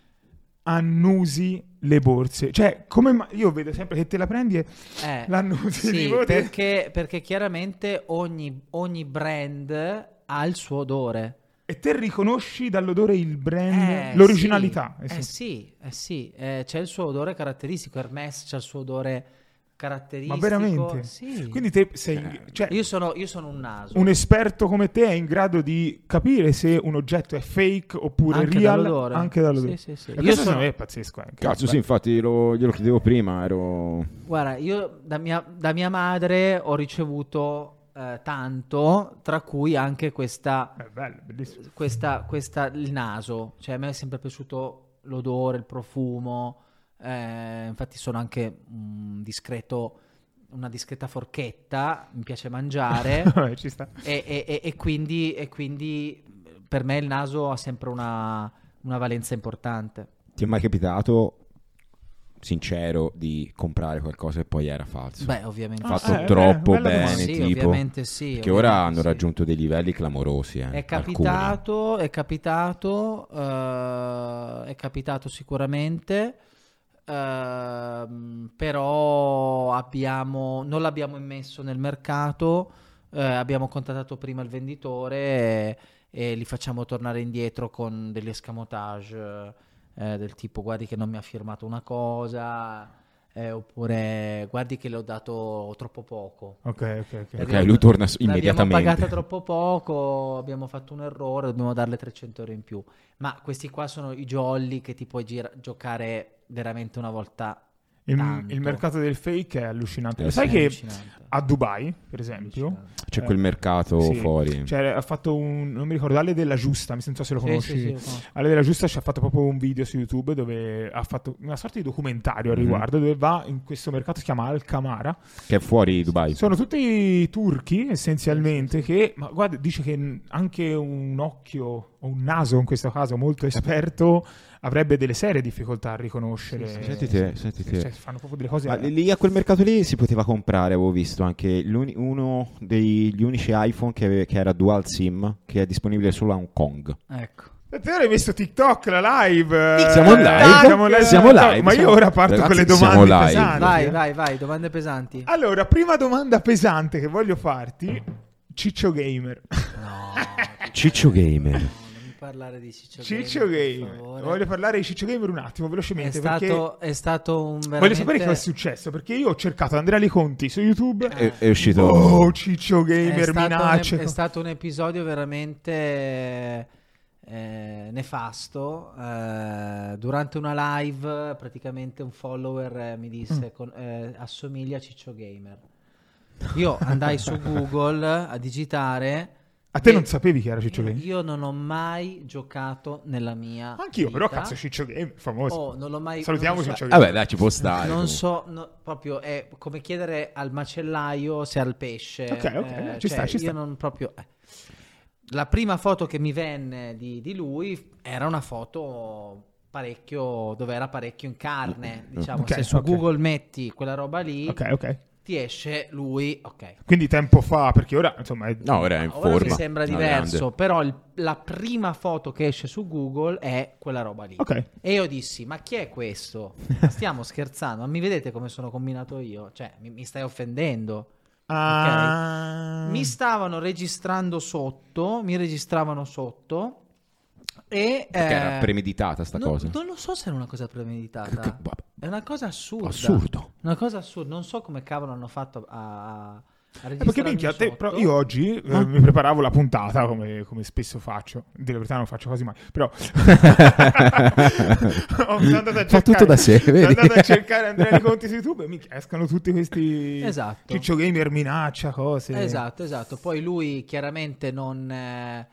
annusi le borse? Cioè, come mai io vedo sempre che te la prendi e Eh, l'annusi sì, tipo te- perché, perché chiaramente ogni, ogni brand ha il suo odore. e te riconosci dall'odore il brand, Eh, l'originalità. sì, Eh, eh sì. sì, eh sì, eh, c'è il suo odore caratteristico, Hermès c'ha il suo odore caratteristico. Ma veramente? Sì. Quindi te sei Eh, cioè, io, sono, io sono un naso. un esperto come te è in grado di capire se un oggetto è fake oppure Anche real dall'odore. anche dall'odore. Sì, sì, sì. E Io questo sono- secondo me è pazzesco anche. Cazzo, Beh, sì, infatti lo- glielo chiedevo prima, ero... Guarda, io da mia, da mia madre ho ricevuto eh, tanto, tra cui anche questa, È bello, bellissimo. questa, questa, il naso. Cioè a me è sempre piaciuto l'odore, il profumo. eh, infatti sono anche un discreto, una discreta forchetta, mi piace mangiare. Vabbè, ci sta. e, e- e- e quindi, e quindi per me il naso ha sempre una, una valenza importante. Ti è mai capitato, sincero, di comprare qualcosa e poi era falso? Beh, ovviamente Ah, Fatto eh, troppo beh, bella bene, domanda. sì, tipo... ovviamente sì. Che ora ovviamente hanno sì. raggiunto dei livelli clamorosi. Eh, È alcuni. capitato, è capitato, eh, è capitato sicuramente, ehm, però abbiamo, non l'abbiamo immesso nel mercato, eh, abbiamo contattato prima il venditore e, e li facciamo tornare indietro con degli escamotage eh, del tipo guardi che non mi ha firmato una cosa, eh, oppure guardi che le ho dato troppo poco. Ok, ok, ok. Ok, lui torna s- L'abbiamo immediatamente. pagata troppo poco, abbiamo fatto un errore, dobbiamo darle trecento euro in più. Ma questi qua sono i jolly che ti puoi gira- giocare veramente una volta Il, tanto. il mercato del fake è allucinante. Eh, Sai sì. che Allucinante. a Dubai, per esempio, Allucinante. C'è Eh, quel mercato sì. fuori. cioè, ha fatto un, non mi ricordo, Ale della Giusta, mi sento se lo Sì, conosci. sì, sì, lo conosco. Ale della Giusta ci ha fatto proprio un video su YouTube dove ha fatto una sorta di documentario al Mhm. riguardo, dove va in questo mercato, si chiama Al Kamara. Che è fuori Dubai. Sono tutti turchi essenzialmente che, ma guarda, dice che anche un occhio o un naso in questo caso molto esperto avrebbe delle serie difficoltà a riconoscere. Sì, sì, Senti te, senti te. Cioè, fanno proprio delle cose... Ma lì a quel mercato lì si poteva comprare, avevo visto anche uno degli unici iPhone che, che era dual SIM, che è disponibile solo a Hong Kong. Ecco. Te hai visto TikTok, la live? Siamo live, siamo live, siamo live, ma io siamo... ora parto Ragazzi, con le siamo domande live. pesanti. Vai, vai, vai, domande pesanti. Allora, prima domanda pesante che voglio farti, Ciccio Gamer. No, Ciccio Gamer. No, non mi parlare di Ciccio, Ciccio Gamer. Gamer. Per favore. Voglio parlare di Ciccio Gamer un attimo, È velocemente. perché stato, è stato un veramente... voglio sapere cosa è successo, perché io ho cercato Andrea Liconti su YouTube. È, è uscito... Oh, Ciccio è Gamer, stato, minacce. un, è stato un episodio veramente eh, nefasto. Eh, durante una live praticamente un follower eh, mi disse Mm. con, eh, assomiglia a Ciccio Gamer. Io andai su Google a digitare. A te e non sapevi chi era Ciccio Gamer? Io non ho mai giocato nella mia Anch'io, però vita. cazzo Ciccio Gamer, famoso. Oh, non l'ho mai Salutiamo non lo so- Ciccio Gamer. Vabbè, dai, ci può stare. Non comunque. so, no, proprio è come chiedere al macellaio se ha il pesce. Ok, ok, eh, ci cioè, sta, ci sta. Io non proprio. eh. La prima foto che mi venne di, di lui era una foto parecchio, dove era parecchio in carne. Diciamo, Ok, se su ok. Google metti quella roba lì, Ok, ok. ti esce lui. Ok. Quindi tempo fa, perché ora, insomma... È... No, ora è in Ora forma. mi sembra No, diverso, grande. però il- la prima foto che esce su Google è quella roba lì. Ok. E io dissi, ma chi è questo? Ma stiamo scherzando? Ma mi vedete come sono combinato io? Cioè, mi, mi stai offendendo? Ah... Mi stavano registrando sotto, mi registravano sotto e... Perché eh, era premeditata sta non, cosa. non lo so se era una cosa Che- premeditata. che- vabbè. È una cosa assurda. Assurdo. Una cosa assurda. Non so come cavolo hanno fatto a, a Eh, perché registrarmi minchia, te- sotto. però io oggi eh, Ah. mi preparavo la puntata come, come spesso faccio. Di verità non faccio quasi mai. Però Oh, sono andato a Fa tutto cercare- da sé, sono vedi? andato a cercare Andrea Liconti su YouTube e mi escono tutti questi Esatto. Ciccio Gamer minaccia cose. Esatto, esatto. Poi lui chiaramente non... eh,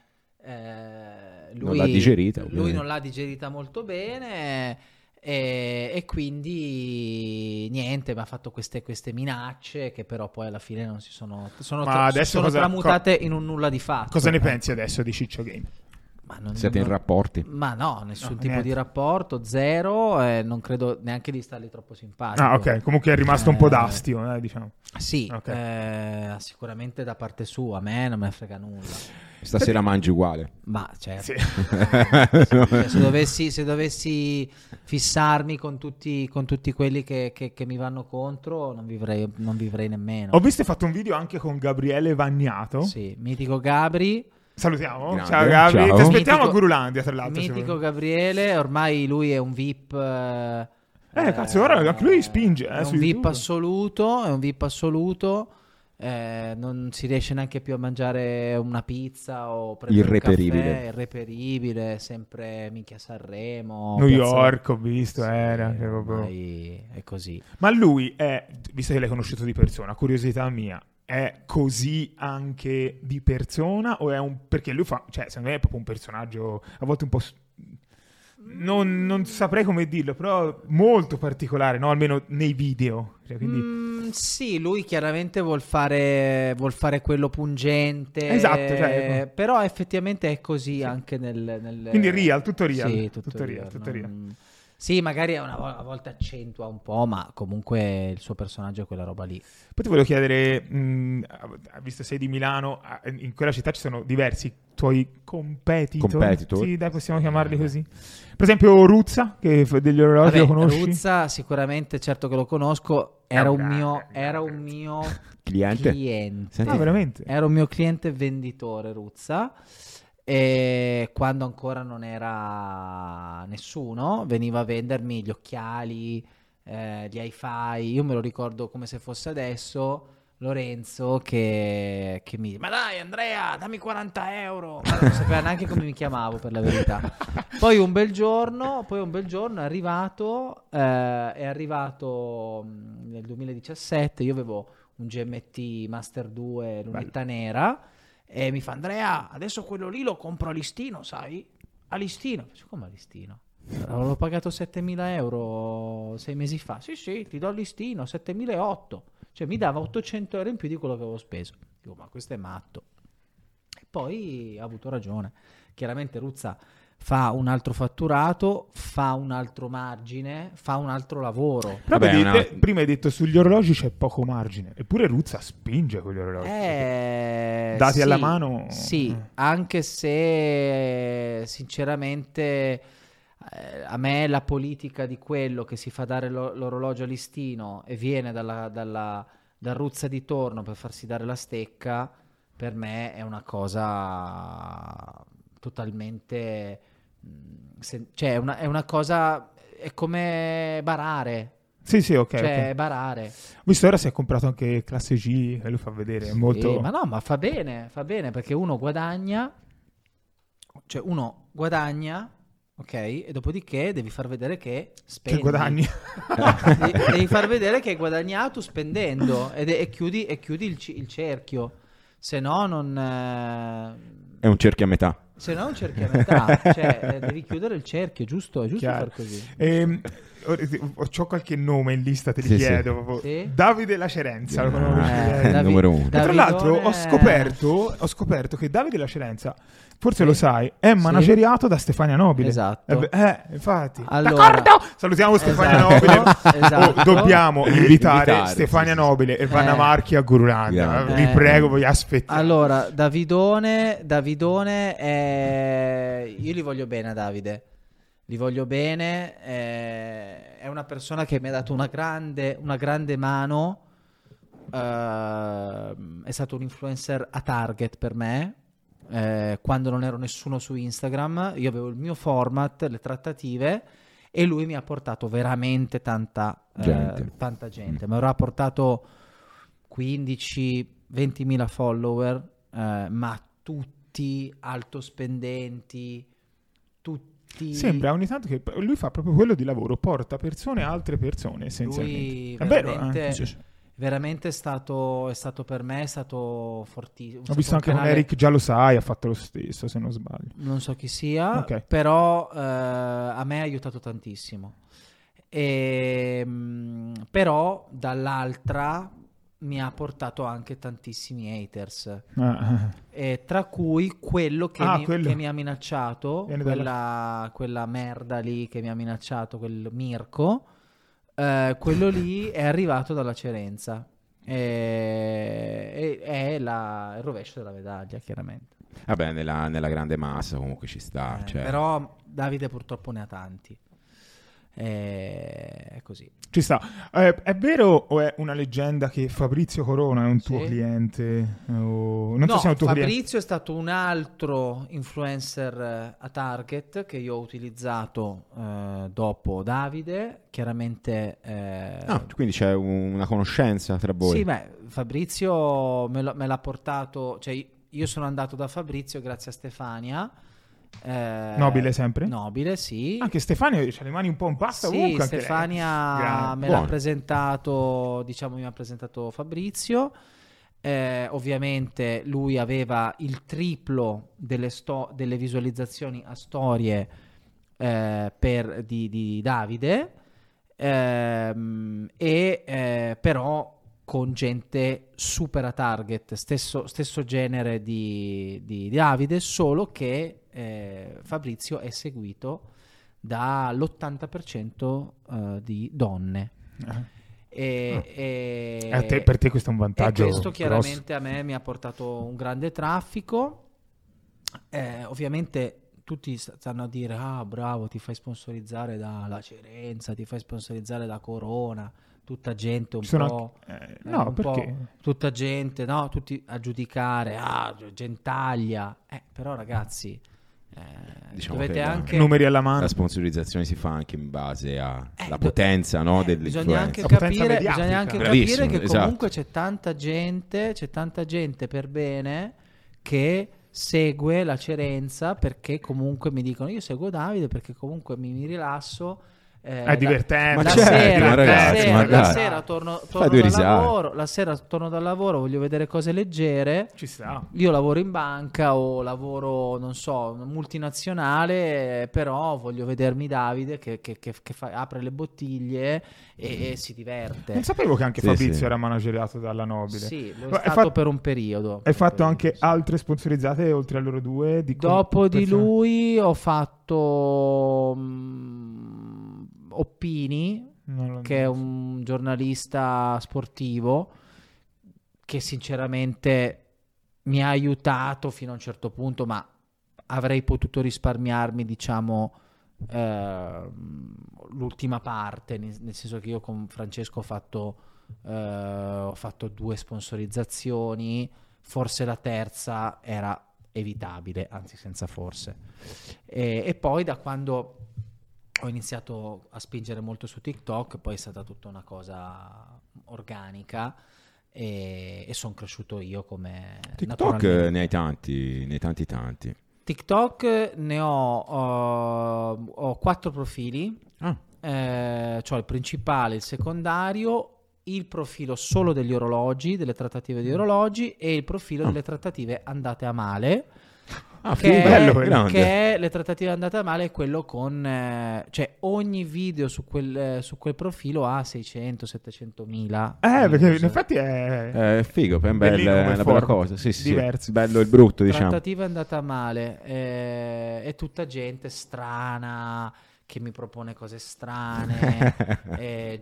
eh, lui, Non l'ha digerita, Lui ovviamente. non l'ha digerita molto bene e, e quindi niente, mi ha fatto queste, queste minacce che però poi alla fine non si sono... sono, Ma tra- adesso sono cosa- tramutate in un nulla di fatto. Cosa ne Ecco. pensi adesso di Ciccio Gamer? Ma non- Siete in non- rapporti? Ma no, nessun No, tipo niente. di rapporto, zero, e non credo neanche di stargli troppo simpatico. Ah, ok, comunque è rimasto un po' Eh, d'astio, eh, diciamo. Sì, Ok. eh, sicuramente da parte sua, a me non me ne frega nulla. Stasera mangi uguale. Ma certo, Sì. Cioè, se, dovessi, se dovessi fissarmi con tutti, con tutti quelli che, che- che mi vanno contro, non vivrei, non vivrei nemmeno. Ho visto e fatto un video anche con Gabriele Vagnato. Sì, mitico Gabri, Salutiamo. Grande. Ciao Gabri. Ciao. Ti aspettiamo Mitico- a Gurulandia, tra l'altro. mitico secondo me. Gabriele, ormai lui è un V I P. Eh, Eh, cazzo, ora anche lui spinge, eh, è su un V I P YouTube. assoluto, è un V I P assoluto. eh, non si riesce neanche più a mangiare una pizza o prendere un Irreperibile. caffè, irreperibile, sempre minchia Sanremo, New Piazza- York, ho visto, Sì, era. che proprio- ormai è così. Ma lui è, visto che l'hai conosciuto di persona, curiosità mia, è così anche di persona o è un... Perché lui fa, cioè, secondo me è proprio un personaggio a volte un po'... s- Non, non saprei come dirlo, però molto particolare, no? Almeno nei video. Cioè, quindi... Mm, sì, lui chiaramente vuol fare, vuol fare quello pungente. Esatto, cioè, eh, però effettivamente è così anche nel, nel- Quindi real, tutto real. Sì, tutto, Tutto real, real, tutto real. non- Sì, magari a, una, vo- a volte accentua un po', ma comunque il suo personaggio è quella roba lì. Poi ti volevo chiedere, mh, visto che sei di Milano, ah, in quella città ci sono diversi tuoi competitor. Competitor? Sì, dai, possiamo chiamarli così. Per esempio Ruzza, che f- degli orologi lo Vabbè, conosci? Ruzza sicuramente, certo che lo conosco, era È un un mio, grande, era un grande. mio Cliente? cliente. Senti- Ah, veramente? Era un mio cliente venditore Ruzza e quando ancora non era nessuno veniva a vendermi gli occhiali, eh, gli hi-fi. Io me lo ricordo come se fosse adesso. Lorenzo che, che mi ma dai Andrea dammi quaranta euro, ma non sapeva neanche come mi chiamavo, per la verità. Poi un bel giorno poi un bel giorno è arrivato eh, è arrivato mh, nel duemiladiciassette. Io avevo un G M T Master due lunetta nera e mi fa Andrea adesso quello lì lo compro a listino, sai, a listino. Faccio, come a listino? L'ho pagato settemila euro sei mesi fa. Sì sì, ti do il listino settemilaottocento. Cioè mi dava ottocento euro in più di quello che avevo speso. Dico, ma questo è matto. E poi ha avuto ragione. Chiaramente Ruzza fa un altro fatturato, fa un altro margine, fa un altro lavoro. Però Vabbè, vedi, una- te- prima hai detto sugli orologi c'è poco margine, eppure Ruzza spinge con gli orologi. Eh, Dati sì, alla mano. sì, anche se sinceramente eh, a me la politica di quello che si fa dare lo- l'orologio a listino e viene dalla, dalla, dal Ruzza di torno per farsi dare la stecca, per me è una cosa totalmente mh, se- cioè è una, è una cosa, è come barare, Sì, sì, ok. cioè ok. è barare. Ho visto ora si è comprato anche classe G e lui fa vedere, è molto... Sì, ma no, ma fa bene, fa bene perché uno guadagna, cioè uno guadagna, ok, e dopodiché devi far vedere che spendi. Che guadagni. devi, devi far vedere che hai guadagnato spendendo ed è- e chiudi, e chiudi il, ci- il cerchio, se no non... eh, È un cerchio a metà. se no non cerchi a metà, cioè eh, devi chiudere il cerchio, giusto? È giusto Chiaro. far così. Ehm, ho qualche nome in lista, te li Sì, sì. chiedo. proprio. Sì? Davide Lacerenza, lo Ah, conosci? eh, Eh, Davi- numero uno. E tra Davidone- l'altro ho scoperto, ho scoperto che Davide Lacerenza, forse Sì. lo sai, è Sì. manageriato da Stefania Nobile. Esatto. Eh, beh, eh, infatti. Allora- D'accordo! Salutiamo Stefania Esatto, Nobile. esatto. Oh, dobbiamo invitare Invitare, Stefania sì, sì, sì. Nobile e Vanna Eh. Marchi a Gurulanda. Grande. Vi Eh. prego, vi aspettiamo. Allora, Davidone, Davidone è... io li voglio bene a Davide, li voglio bene, è, è una persona che mi ha dato una grande, una grande mano, ehm, è stato un influencer a target per me, eh, quando non ero nessuno su Instagram, io avevo il mio format, le trattative, e lui mi ha portato veramente tanta eh, Gente. tanta gente, mi avrà portato quindici ventimila follower, eh, ma tutti altospendenti, tutti... Sembra ogni tanto che lui fa proprio quello di lavoro, porta persone a altre persone essenzialmente. Lui È vero, veramente, eh? Sì, sì. veramente è stato, è stato per me, è stato fortissimo. Ho visto anche con Eric, già lo sai, ha fatto lo stesso se non sbaglio. Non so chi sia, Ok. però eh, a me ha aiutato tantissimo. E, mh, però dall'altra mi ha portato anche tantissimi haters, Ah, e tra cui quello che, Ah, mi, quello. che mi ha minacciato, Viene dalla- quella, quella merda lì che mi ha minacciato, quel Mirko, eh, quello lì è arrivato dalla Cerenza. E, e- è la- il rovescio della medaglia, chiaramente. Vabbè, nella, nella grande massa comunque ci sta. Eh, cioè. Però Davide purtroppo ne ha tanti. Eh, È così. ci sta. Eh, è vero o è una leggenda che Fabrizio Corona è un tuo Sì. cliente? O... Non No, so se è un tuo cliente. Fabrizio è stato un altro influencer eh, a target che io ho utilizzato eh, dopo Davide. Chiaramente eh, Ah, quindi c'è un- una conoscenza tra voi. sì, beh, Fabrizio me, lo- me l'ha portato, cioè io sono andato da Fabrizio grazie a Stefania. eh, Nobile sempre? Nobile, sì. Anche Stefania c'ha le mani un po' in pasta Sì, ovunque. anche lei. Stefania Grande. me l'ha Buono. presentato, diciamo, mi ha presentato Fabrizio. Eh, ovviamente lui aveva il triplo delle, sto- delle visualizzazioni a storie eh, per, di, di Davide, ehm, e eh, però con gente super a target, stesso, stesso genere di, di Davide, solo che eh, Fabrizio è seguito dall'ottanta per cento eh, di donne. Eh. E, e- E a te- per te questo è un vantaggio e questo grosso. chiaramente a me mi ha portato un grande traffico. Eh, ovviamente tutti st- stanno a dire: ah, bravo, ti fai sponsorizzare dalla Cerenza, ti fai sponsorizzare da Corona, tutta gente un Ci sono po'. anche- eh, eh, no, un perché? po' tutta gente, no? Tutti a giudicare, ah, gentaglia. Eh, però ragazzi, eh, Diciamo dovete che la- anche. Numeri alla mano. La sponsorizzazione si fa anche in base alla Eh, do- potenza, no, Eh, dell'influencer. bisogna anche La potenza capire, mediatica. bisogna anche Bravissimo, capire che esatto. comunque c'è tanta gente, c'è tanta gente per bene che segue la Cerenza perché comunque mi dicono: io seguo Davide perché comunque mi, mi rilasso, Eh, È divertente. La, Ma la, certo, sera, ma ragazzi, la, sera, ma la dai. sera torno, Fai torno due dal risate. lavoro, la sera torno dal lavoro, voglio vedere cose leggere. Ci sta. Io lavoro in banca o lavoro, non so, multinazionale, eh, però voglio vedermi Davide che, che, che, che fa, apre le bottiglie e, e si diverte. Non sapevo che anche Sì, Fabrizio sì. era manageriato dalla Nobile. Sì, lo è Ma hai stato fatto- per un periodo. Hai fatto Per un anche periodo, sì. altre sponsorizzate oltre a loro due? Di Dopo di persone- lui ho fatto mm, Oppini, Non lo- che è un giornalista sportivo che sinceramente mi ha aiutato fino a un certo punto, ma avrei potuto risparmiarmi, diciamo, eh, l'ultima parte, nel, nel senso che io con Francesco ho fatto, eh, ho fatto due sponsorizzazioni, forse la terza era evitabile, anzi senza forse. E, e poi da quando ho iniziato a spingere molto su TikTok, poi è stata tutta una cosa organica e, e sono cresciuto io come TikTok naturalmente. ne hai tanti, ne hai tanti tanti. TikTok ne ho, ho, ho quattro profili, Ah. eh, cioè il principale, il secondario, il profilo solo degli orologi, delle trattative di orologi e il profilo Ah. delle trattative andate a male. Ah, Che figo, è, bello, grande. che è le trattative andate a male è quello con eh, cioè ogni video su quel, eh, su quel profilo ha seicento settecento mila Eh, perché in views. effetti è... Eh, È figo, è un bel- Bellino come una bella format. cosa. Sì, sì, sì. Diverso. Bello il brutto, diciamo. Trattativa è andata a male, eh, è tutta gente strana che mi propone cose strane, eh,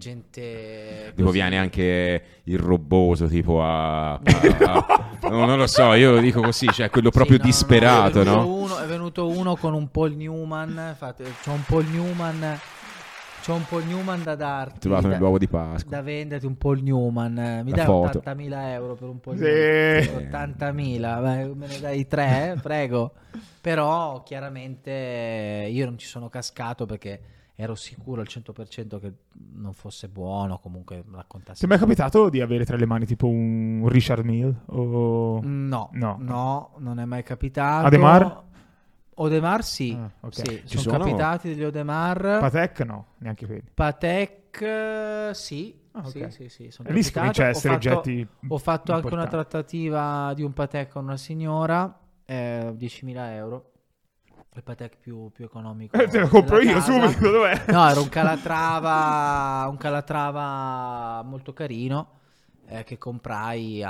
gente Tipo così. viene anche il roboso tipo a... a- a- no, non lo so, io lo dico così, cioè quello proprio Sì, no, no, disperato, è venuto no? uno, è venuto uno con un Paul Newman, fate, c'ho un Paul Newman, c'ho un Paul Newman da darti, Trovato da, nell'uovo di Pasqua. da venderti, un Paul Newman, eh, mi La dai foto. ottantamila euro per un Paul Sì. Newman? ottantamila, vai, me ne dai tre, eh? Prego. Però chiaramente io non ci sono cascato perché ero sicuro al cento per cento che non fosse buono, comunque raccontassi. Ti è mai capitato di avere tra le mani tipo un Richard Mille? O... No, No. no, non è mai capitato. Ademar? Odemar sì, Ah, ok. sì, Ci sono sono? capitati degli Odemar. Patek no, neanche quelli. Patek eh, sì, Ah, ok. sì, sì, sì, sono E lì si capitato. comincia a Ho essere fatto- oggetti Ho fatto anche una importanti. trattativa di un Patek con una signora, eh, diecimila euro. Il Patek più, più economico. Eh, te lo compro della io casa. subito, dov'è? No, era un Calatrava, un Calatrava molto carino eh, che comprai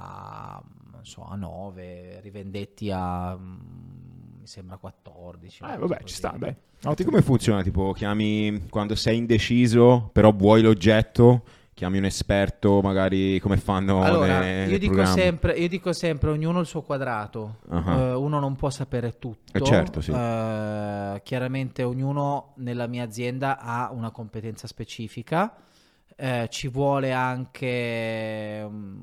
a, non so, a nove, rivendetti a, mm, mi sembra quattordici. una Eh, cosa vabbè, così. ci sta, dai. Ti come funziona? Tipo chiami quando sei indeciso, però vuoi l'oggetto, chiami un esperto, magari come fanno Allora, nei- io nel dico, programma. sempre, io dico sempre, ognuno il suo quadrato. Ah. Eh, uno non può sapere tutto. Eh, certo, sì. Eh, chiaramente ognuno nella mia azienda ha una competenza specifica. Eh, ci vuole anche mm,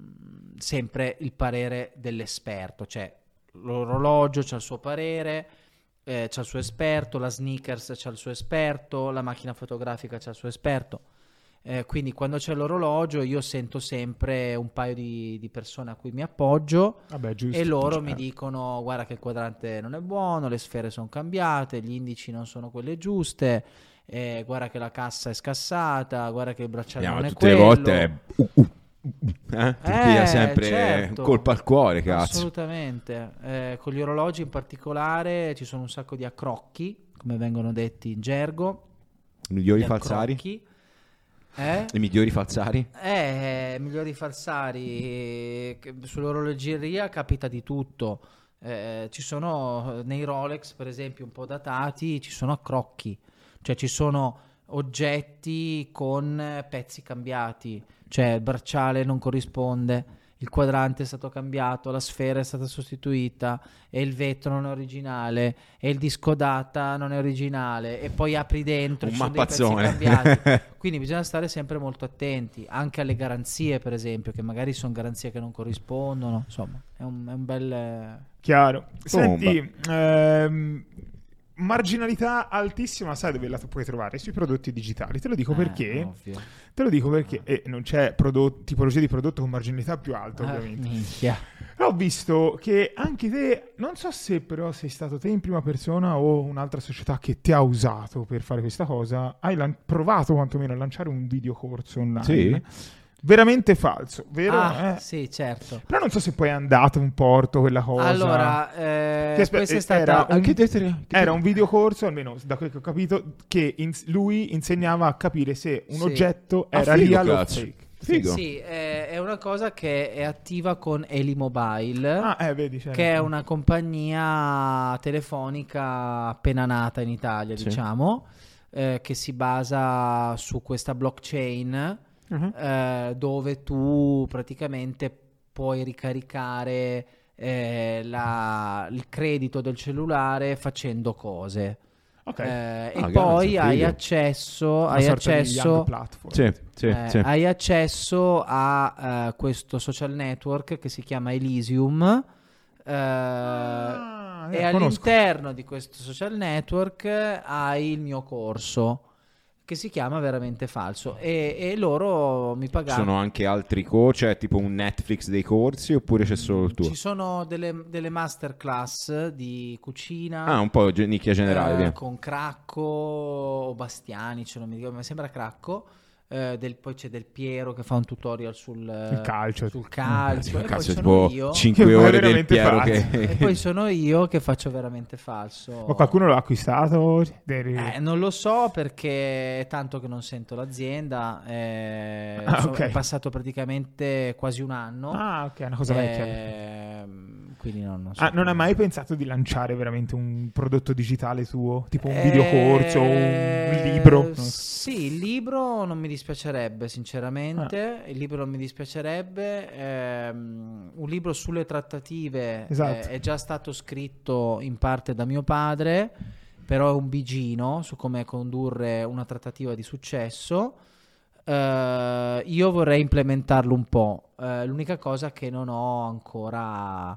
sempre il parere dell'esperto, cioè l'orologio c'ha il suo parere, eh, c'ha il suo esperto, la sneakers c'ha il suo esperto, la macchina fotografica c'ha il suo esperto. Eh, quindi quando c'è l'orologio io sento sempre un paio di, di persone a cui mi appoggio Vabbè, giusto. e loro mi Cioè, dicono guarda che il quadrante non è buono, le sfere sono cambiate, gli indici non sono quelle giuste, eh, guarda che la cassa è scassata, guarda che il bracciale Andiamo, non è tutte le quello. volte è... uh, uh, uh, eh? Ti Eh, piglia sempre certo. un colpo al cuore, cazzo. Assolutamente. Eh, con gli orologi in particolare ci sono un sacco di accrocchi, come vengono detti in gergo. Migliori Gli falsari? accrocchi. Eh? I migliori falsari? Eh, migliori falsari, che sull'orologeria capita di tutto. Eh, ci sono nei Rolex, per esempio, un po' datati, ci sono accrocchi, cioè ci sono oggetti con pezzi cambiati, cioè il bracciale non corrisponde, il quadrante è stato cambiato, la sfera è stata sostituita e il vetro non è originale e il disco data non è originale e poi apri dentro, Un ci sono dei pezzi mappazzone. cambiati. Quindi bisogna stare sempre molto attenti anche alle garanzie, per esempio, che magari sono garanzie che non corrispondono, insomma è un, è un bel... Chiaro. Bomba. Senti, ehm, marginalità altissima, sai dove la puoi trovare? Sui prodotti digitali. Te lo dico Eh, perché ovvio. te lo dico perché e non c'è prodotto, tipologia di prodotto con marginalità più alta, Ah, ovviamente. minchia. Ho visto che anche te, non so se però sei stato te in prima persona o un'altra società che ti ha usato per fare questa cosa, hai lan- provato quantomeno a lanciare un videocorso online. Sì. Veramente falso, vero? Ah, Eh. sì, certo. Però non so se poi è andato un porto quella cosa. Allora, eh, Che aspe- questa è eh, stata era un- Anche te, te- Era un videocorso, almeno da quel che ho capito, che ins- lui insegnava a capire se un Sì. oggetto Ah, era figo, real o cazzo. fake. Figo. Sì, è, è una cosa che è attiva con Eli Mobile, Ah, eh, vedi, c'era. che è una compagnia telefonica appena nata in Italia, Sì. diciamo, eh, che si basa su questa blockchain, Uh-huh. eh, dove tu praticamente puoi ricaricare eh, la- il credito del cellulare facendo cose. Ok. Eh, Ah, e grazie, poi hai figo. accesso, Una hai sorta di accesso young platform. Sì, sì, eh, sì. hai accesso a eh, questo social network che si chiama Elysium, eh, Ah, e eh, conosco. all'interno di questo social network hai il mio corso che si chiama Veramente Falso, e, e loro mi Ci pagavano. sono anche altri coach, cioè tipo un Netflix dei corsi, oppure c'è solo il tuo? Ci sono delle, delle masterclass di cucina, Ah, un po' ge- nicchia generale, eh, via. con Cracco o Bastiani, cioè non mi ricordo, mi sembra Cracco. Eh, del- poi c'è Del Piero che fa un tutorial sul Il calcio. sul calcio, e poi Cazzo, sono tipo io cinque Che fai ore del veramente Piero falso. che... e poi sono io che faccio Veramente Falso. Ma qualcuno l'ha acquistato? Dei- Eh, non lo so, perché è tanto che non sento l'azienda, eh, Ah, so- ok. è passato praticamente quasi un anno. Ah, ok, è una cosa vecchia. Ehm, quindi non, non so. Ah, non hai mai pensato di lanciare veramente un prodotto digitale tuo? Tipo un videocorso o un Eh, libro? Non so. Sì, il libro non mi dispiacerebbe, sinceramente. Ah. Il libro non mi dispiacerebbe. Ehm, un libro sulle trattative Esatto. eh, è già stato scritto in parte da mio padre, però è un bigino su come condurre una trattativa di successo. Eh, io vorrei implementarlo un po'. Eh, l'unica cosa che non ho ancora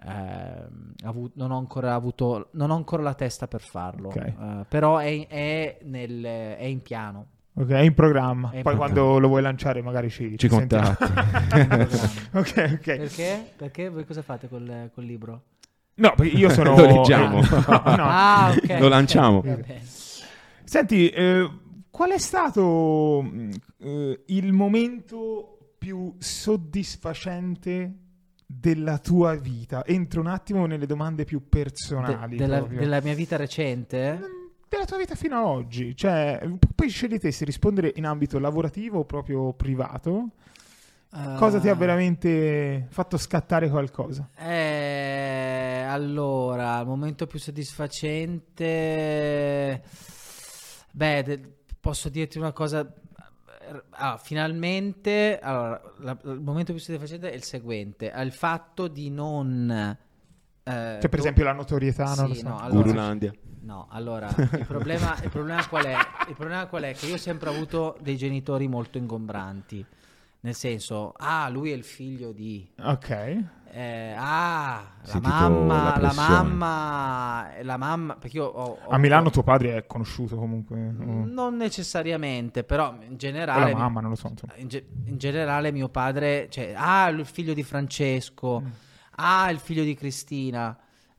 ehm, avu- non ho ancora avuto non ho ancora la testa per farlo. Ok. Eh, però è, è nel, è in piano. Ok, è in programma. È in Poi programma. quando lo vuoi lanciare magari ci, Ci sentiamo. contatti. È in programma. Ok, ok. Perché? Perché voi cosa fate col, col libro? No, perché io sono... Lo leggiamo. eh, no, no. Ah, ok. Lo lanciamo. Va bene. Senti, eh, qual è stato mh, eh, il momento più soddisfacente della tua vita? Entro un attimo nelle domande più De- personali. della, proprio. della mia vita recente? Mm, Della tua vita fino ad oggi. Cioè, poi scegli te se rispondere in ambito lavorativo o proprio privato. Cosa ti ha Ah. veramente fatto scattare qualcosa? Eh, allora, il momento più soddisfacente, beh, de- posso dirti una cosa. Ah, finalmente, allora, la- il momento più soddisfacente è il seguente: è il fatto di non. eh, Cioè, per do- esempio, la notorietà, non lo Sì, so. no, allora- Gurulandia. No, allora, il problema, il problema qual è? Il problema qual è? Che io ho sempre avuto dei genitori molto ingombranti. Nel senso, ah, lui è il figlio di... Ok. eh, ah, la Sì, tipo mamma, la la, pressione. mamma, la mamma, perché io ho, ho A Milano tuo padre è conosciuto comunque. o- non necessariamente, però in O generale, la mamma, non lo so. Insomma. in, ge- in generale mio padre, cioè, ah, il figlio di Francesco, Mm. ah, il figlio di Cristina,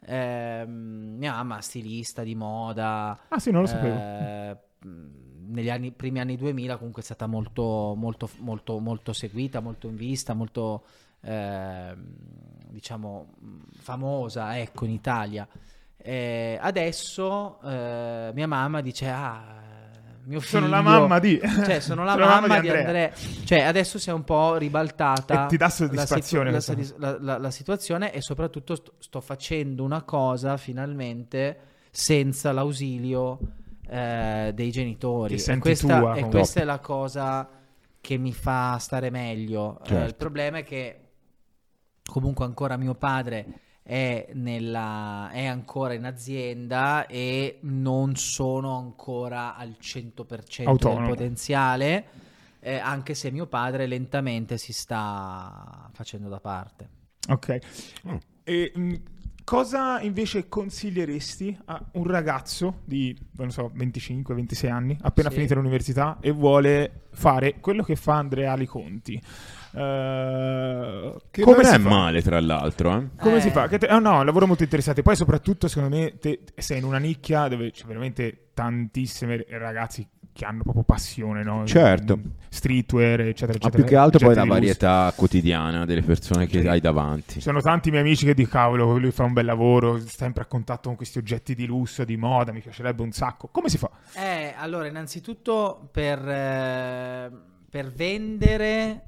ehm, mia mamma stilista di moda. Ah sì, non lo sapevo. eh, mh, negli anni, primi anni duemila comunque è stata molto, molto, molto, molto seguita, molto in vista, molto ehm, diciamo mh, famosa, ecco, in Italia. Eh, adesso eh, mia mamma dice, ah, mio figlio, Sono la mamma di... cioè sono la Sono mamma, di Andrea. Cioè adesso si è un po' ribaltata E ti dà la, situ- soddisfazione la, questa sadis- la- la- la situazione, e soprattutto sto, sto facendo una cosa finalmente senza l'ausilio eh, dei genitori. Che E senti questa, tua, e comunque. questa è la cosa che mi fa stare meglio. Eh, Certo. il problema è che comunque ancora mio padre è, nella, è ancora in azienda e non sono ancora al cento per cento del Autonomo. potenziale, eh, anche se mio padre lentamente si sta facendo da parte. Ok. Oh. E, mh, cosa invece consiglieresti a un ragazzo di, non so, venticinque ventisei anni, appena Sì. finito l'università e vuole fare quello che fa Andrea Aliconti? Uh, Che come non si è fa? male, tra l'altro, eh? Come Eh. si fa? Che te- oh no, un lavoro molto interessante. Poi soprattutto, secondo me, te sei in una nicchia dove c'è veramente tantissimi ragazzi che hanno proprio passione, no? Certo. Streetwear, eccetera, Ma eccetera. più che altro poi Oggetti la di lusso. varietà quotidiana delle persone che Sì. hai davanti. Ci sono tanti miei amici che dicono, cavolo, lui fa un bel lavoro, sta sempre a contatto con questi oggetti di lusso, di moda, mi piacerebbe un sacco. Come si fa? Eh, allora, innanzitutto per, eh, per vendere,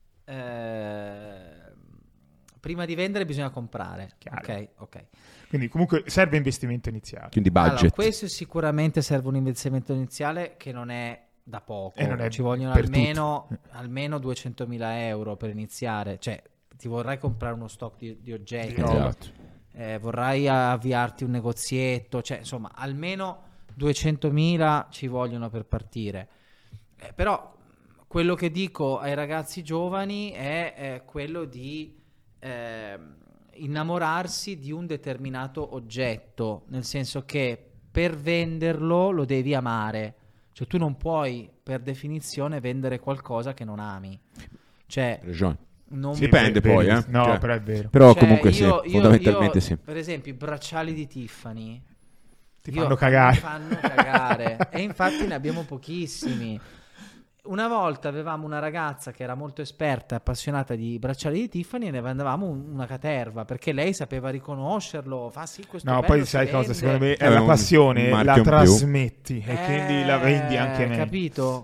eh, prima di vendere bisogna comprare. Chiaro. Ok, ok. Quindi comunque serve investimento iniziale. Quindi budget. Allora, questo sicuramente serve un investimento iniziale che non è da poco. E non è Ci vogliono per almeno, almeno duecentomila euro per iniziare. Cioè, ti vorrai comprare uno stock di, di oggetti, Di roba. Esatto. eh, vorrai avviarti un negozietto, cioè insomma almeno duecentomila ci vogliono per partire. Eh, però quello che dico ai ragazzi giovani è eh, quello di eh, innamorarsi di un determinato oggetto, nel senso che per venderlo lo devi amare, cioè tu non puoi per definizione vendere qualcosa che non ami, cioè Ragione. non Sì, Dipende vero, poi, vero. eh. No, Cioè, però è vero. Però Cioè, comunque io- sì, io- fondamentalmente io, sì. Per esempio, i bracciali di Tiffany Ti io- fanno cagare. mi fanno cagare. E infatti ne abbiamo pochissimi. Una volta avevamo una ragazza che era molto esperta e appassionata di bracciali di Tiffany e ne vendevamo un- una caterva perché lei sapeva riconoscerlo. Fa sì, questo No, bello poi si sai cosa? vende. Secondo me è Eh, la un- passione, un marchio la in più. trasmetti e quindi la Eh, vendi anche meglio. capito?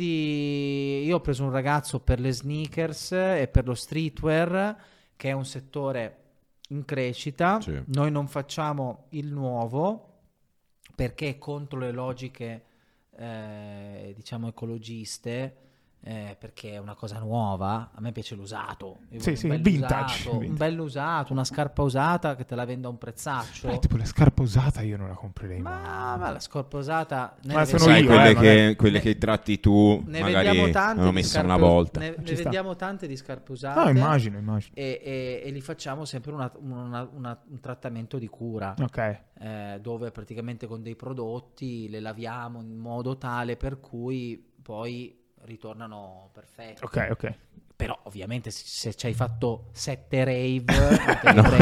Quindi io ho preso un ragazzo per le sneakers e per lo streetwear, che è un settore in crescita. Sì. Noi non facciamo il nuovo perché è contro le logiche eh, diciamo ecologiste, eh, perché è una cosa nuova. A me piace l'usato. Io Sì, voglio sì, un bel vintage, usato, un vintage. bello usato, una scarpa usata che te la venda a un prezzaccio. Eh, tipo la scarpa usata io non la comprerei mai. Ma, ma la scarpa usata ne Ma vediamo- sono Sai, io, quelle, eh, che, magari. quelle Ne- che tratti tu, ne magari vediamo tante hanno di messo scarpe, una volta. ne, Ci ne sta. vediamo tante di scarpe usate. No, immagino, immagino. E, e- e li facciamo sempre una- una- una- un trattamento di cura, Ok. eh, dove praticamente con dei prodotti le laviamo in modo tale per cui poi ritornano perfetti. Ok, ok. Però ovviamente se, se ci hai fatto sette rave non te le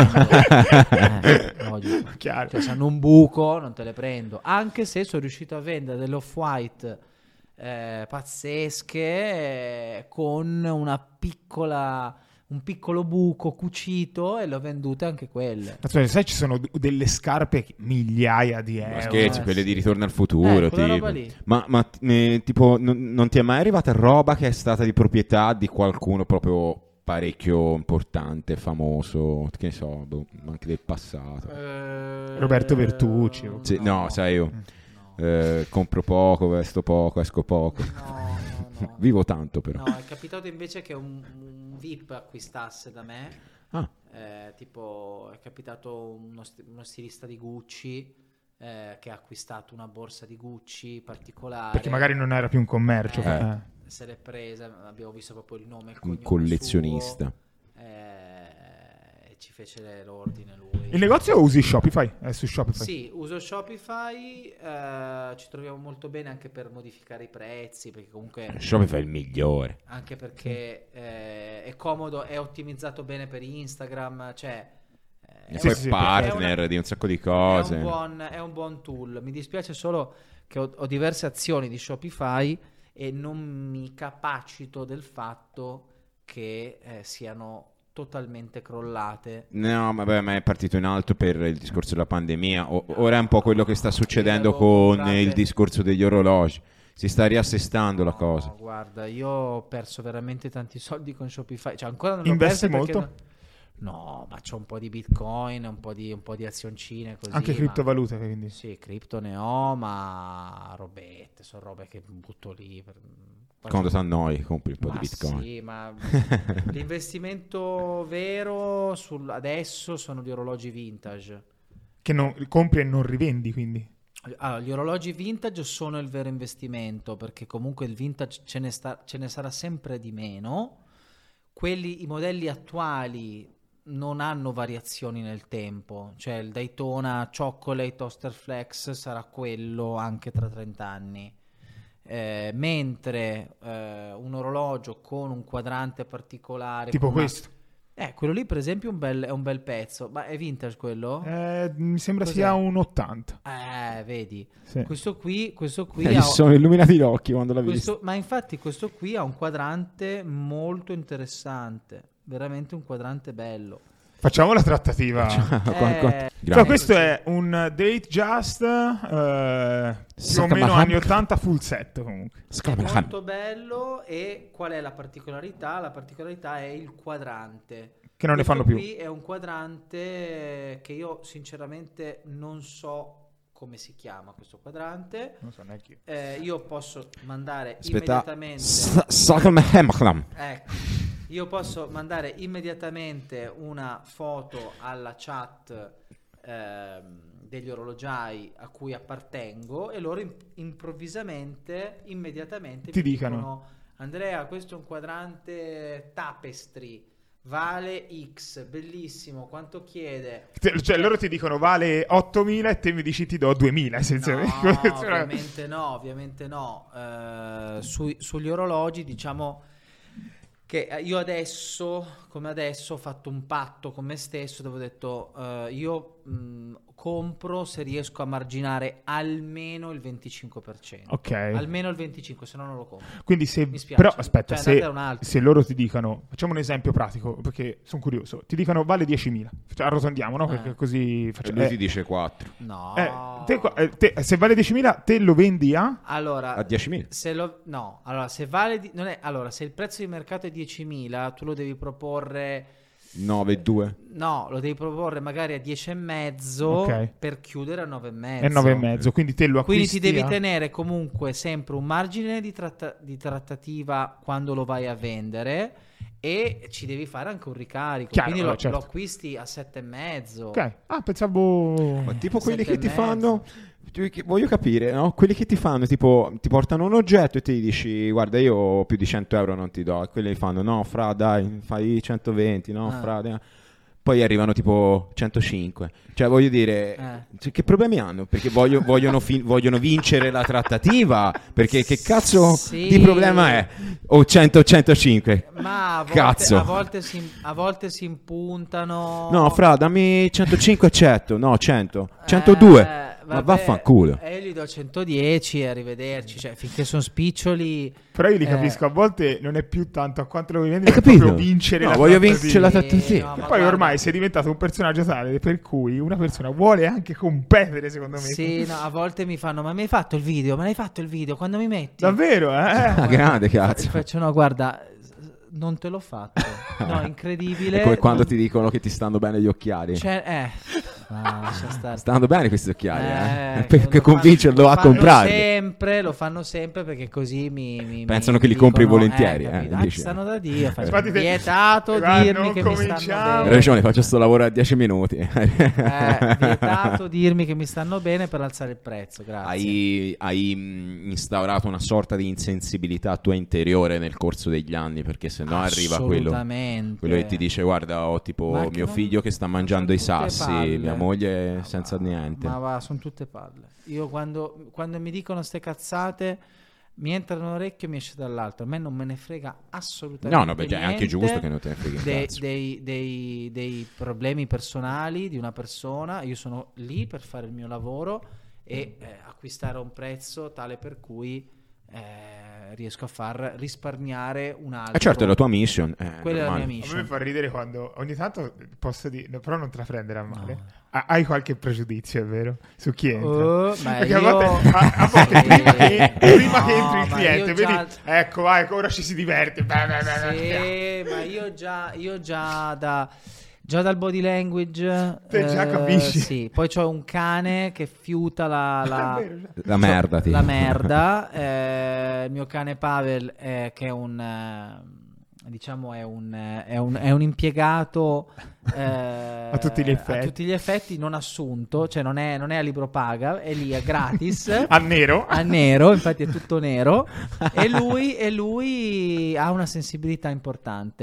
prendo. Eh, voglio- Chiaro. cioè, se hanno un buco non te le prendo, anche se sono riuscito a vendere delle off-white eh, pazzesche, eh, con una piccola un piccolo buco cucito, e le ho vendute anche quelle. Cazzo, sai, ci sono d- delle scarpe che- migliaia di Ma euro. scherzi, eh, quelle sì. di Ritorno al futuro. Eh, quella tipo. roba lì. Ma, ma, eh, tipo, non, non ti è mai arrivata roba che è stata di proprietà di qualcuno proprio parecchio importante, famoso, che ne so, boh, anche del passato? Eh, Roberto Bertucci. Sì, no, sai io. no, Eh, compro poco, vesto poco, esco poco. no, no, no. Vivo tanto però. No, è capitato invece che un, un V I P acquistasse da me. Ah, Eh, tipo è capitato uno, st- uno stilista di Gucci eh, che ha acquistato una borsa di Gucci particolare, Perché magari non era più un commercio. Eh. eh. se l'è presa, abbiamo visto proprio il nome, il un cognome collezionista. suo, eh, e ci fece l'ordine lui. Il negozio o usi Shopify? È su Shopify. Sì, uso Shopify, eh, ci troviamo molto bene anche per modificare i prezzi, perché comunque Shopify è il migliore. anche perché eh, è comodo, è ottimizzato bene per Instagram, cioè eh, E è Sì, poi sì, sì, partner è una- di un sacco di è cose. un, buon, è un buon tool. Mi dispiace solo che ho, ho diverse azioni di Shopify e non mi capacito del fatto che eh, siano totalmente crollate. No, ma, beh, ma è partito in alto per il discorso della pandemia. O- ora è un po' quello che sta succedendo Io avevo con comprate- il discorso degli orologi. Si sta riassestando la No, cosa. guarda, io ho perso veramente tanti soldi con Shopify. Cioè, ancora non l'ho Investi perso perché molto? non- No, ma c'ho un po' di Bitcoin, un po' di, un po' di azioncine così. Anche ma- criptovalute, quindi. Sì, cripto ne ho, ma robette, sono robe che butto lì. Per... Quando ti annoi, compri un po' Ma di Bitcoin. sì, ma l'investimento vero sul... adesso sono gli orologi vintage. Che non, compri e non rivendi, quindi. Allora, gli orologi vintage sono il vero investimento, perché comunque il vintage ce ne, sta, ce ne sarà sempre di meno. Quelli, i modelli attuali non hanno variazioni nel tempo, cioè il Daytona Chocolate Toaster Flex sarà quello anche tra trenta anni, eh, mentre eh, un orologio con un quadrante particolare tipo con una- questo. eh, quello lì per esempio è un bel, è un bel pezzo, ma è vintage quello? Eh, mi sembra Cos'è? sia un ottanta. Eh, vedi, Sì. questo qui, questo qui Eh, gli ha, sono illuminati gli occhi quando l'ha visto. questo, ma infatti questo qui ha un quadrante molto interessante, veramente un quadrante bello. Facciamo la trattativa. Qua- qua- Eh, Cioè, Grande. questo è un Date Just eh, più o Sacca meno Baham. anni ottanta full set comunque. Scalabra- molto bello. E qual è la particolarità? La particolarità è il quadrante. Che non ne Questo fanno più. qui è un quadrante che io sinceramente non so come si chiama questo quadrante. Non so neanche io. Eh, io posso mandare Aspetta. immediatamente S- Sacca- ecco, io posso mandare immediatamente una foto alla chat ehm, degli orologiai a cui appartengo e loro imp- improvvisamente, immediatamente Ti mi dicano. dicono: Andrea, questo è un quadrante Tapestry, vale X, bellissimo, quanto chiede? Te- Cioè, loro ti dicono vale ottomila e te mi dici ti do duemila. essenzialmente. No, Cioè, ovviamente no, ovviamente no. Eh, sui- sugli orologi diciamo che eh, io adesso, come adesso, ho fatto un patto con me stesso dove ho detto eh, io mh, compro se riesco a marginare almeno il venticinque per cento. Ok. Almeno il venticinque, se no non lo compro. Quindi se Mi spiace. però aspetta, Cioè, se, andate da un altro. se loro ti dicono, facciamo un esempio pratico perché sono curioso, ti dicono vale diecimila, cioè, arrotondiamo, no? Eh. Perché così E facciamo. lui eh, ti dice quattro. No. eh, te qua- eh, te- se vale diecimila, te lo vendi a? Allora, A diecimila. se lo, no, allora se vale di- non è, allora se il prezzo di mercato è diecimila, tu lo devi proporre nove due. no, lo devi proporre magari a dieci e mezzo Ok. per chiudere a nove e mezzo. È nove e mezzo, quindi te lo Quindi acquisti ti devi a- tenere comunque sempre un margine di, tratta- di trattativa quando lo vai a vendere e ci devi fare anche un ricarico. Chiaro, Quindi lo, certo. lo acquisti a sette e mezzo. Ok. Ah, pensavo Ma tipo quelli Sette che e ti mezzo. fanno. tu- che- Voglio capire, no? Quelli che ti fanno, tipo, ti portano un oggetto e ti dici, guarda, io più di cento euro non ti do. E quelli fanno, no, fra, dai, fai centoventi, no, Ah. fra. dai. Poi arrivano tipo centocinque. Cioè, voglio dire, Eh. cioè, che problemi hanno? Perché voglio- vogliono, fi- vogliono vincere la trattativa. Perché che cazzo Sì. di problema è? O cento centocinque. Ma a volte, Cazzo. a volte si, a volte si impuntano. No, fra, dammi centocinque accetto. No, cento. centodue. Eh, Ma vabbè, vaffanculo. E io gli do centodieci e arrivederci. Cioè, finché sono spiccioli. Però io li Eh. capisco, a volte non è più tanto a quanto lo vuoi vendere, Hai ma capito? proprio vincere No, la voglio trattativa. vincere la Sì, trattativa. no, ma Poi guarda- ormai sei diventato un personaggio tale per cui una persona vuole anche competere, secondo me. Sì, no, a volte mi fanno: Ma mi hai fatto il video? Me l'hai fatto il video? Quando mi metti? Davvero, eh? Ah, grande Gli cazzo. faccio: No, guarda, non te l'ho fatto. No, incredibile. È come quando Non- ti dicono che ti stanno bene gli occhiali. Cioè, eh. No, lascia stare. Stanno bene questi occhiali, eh? Eh, per, lo per fanno- convincerlo lo a fanno comprarli. sempre, lo fanno sempre perché così mi, mi- Pensano mi che li compri dicono, volentieri, eh, capito? Ah, dici. ci stanno da Dio. Faccio, Infatti te- vietato Guarda, dirmi non che mi cominciamo. stanno Hai bene. ragione, faccio sto lavoro a dieci minuti. Eh, vietato dirmi che mi stanno bene per alzare il prezzo, grazie. Hai, hai mh, instaurato una sorta di insensibilità tua interiore nel corso degli anni, perché se no arriva quello, Assolutamente. quello che ti dice, guarda, ho tipo Ma che mio non- figlio che sta ma mangiando i sono tutte sassi, palle. mia moglie Ma senza va, niente. Ma va, sono tutte palle. Io quando, quando mi dicono ste cazzate mi entrano in orecchio e mi esce dall'altro. A me non me ne frega assolutamente No, no, beh, già, è anche niente giusto che non te ne freghi un dei, cazzo. dei, dei, dei problemi personali di una persona. Io sono lì per fare il mio lavoro e eh, acquistare a un prezzo tale per cui eh, riesco a far risparmiare un altro. Eh certo, è la tua mission. eh, Quella è la normale. mia A mission. me fa ridere quando ogni tanto posso dire, però non te la prendere a male. No. Ha- hai qualche pregiudizio, è vero? Su chi entra? Oh, ma Perché a io- volte, a, a volte Sì. prima, che, prima che No, entri il ma cliente, io vedi, già- ecco, vai, ora ci si diverte. Beh, beh, beh, beh. Sì, ma io già, io già da già dal body language Te già capisci. Sì, poi c'ho un cane che fiuta la, la, È vero, già. La merda, tipo. la merda. eh, il mio cane Pavel eh, che è un eh, diciamo è un, eh, è un, è un impiegato eh, A tutti gli effetti. a tutti gli effetti non assunto, cioè non è, non è a libro paga, è lì, è gratis. A nero. A nero, infatti è tutto nero. E lui, e lui ha una sensibilità importante.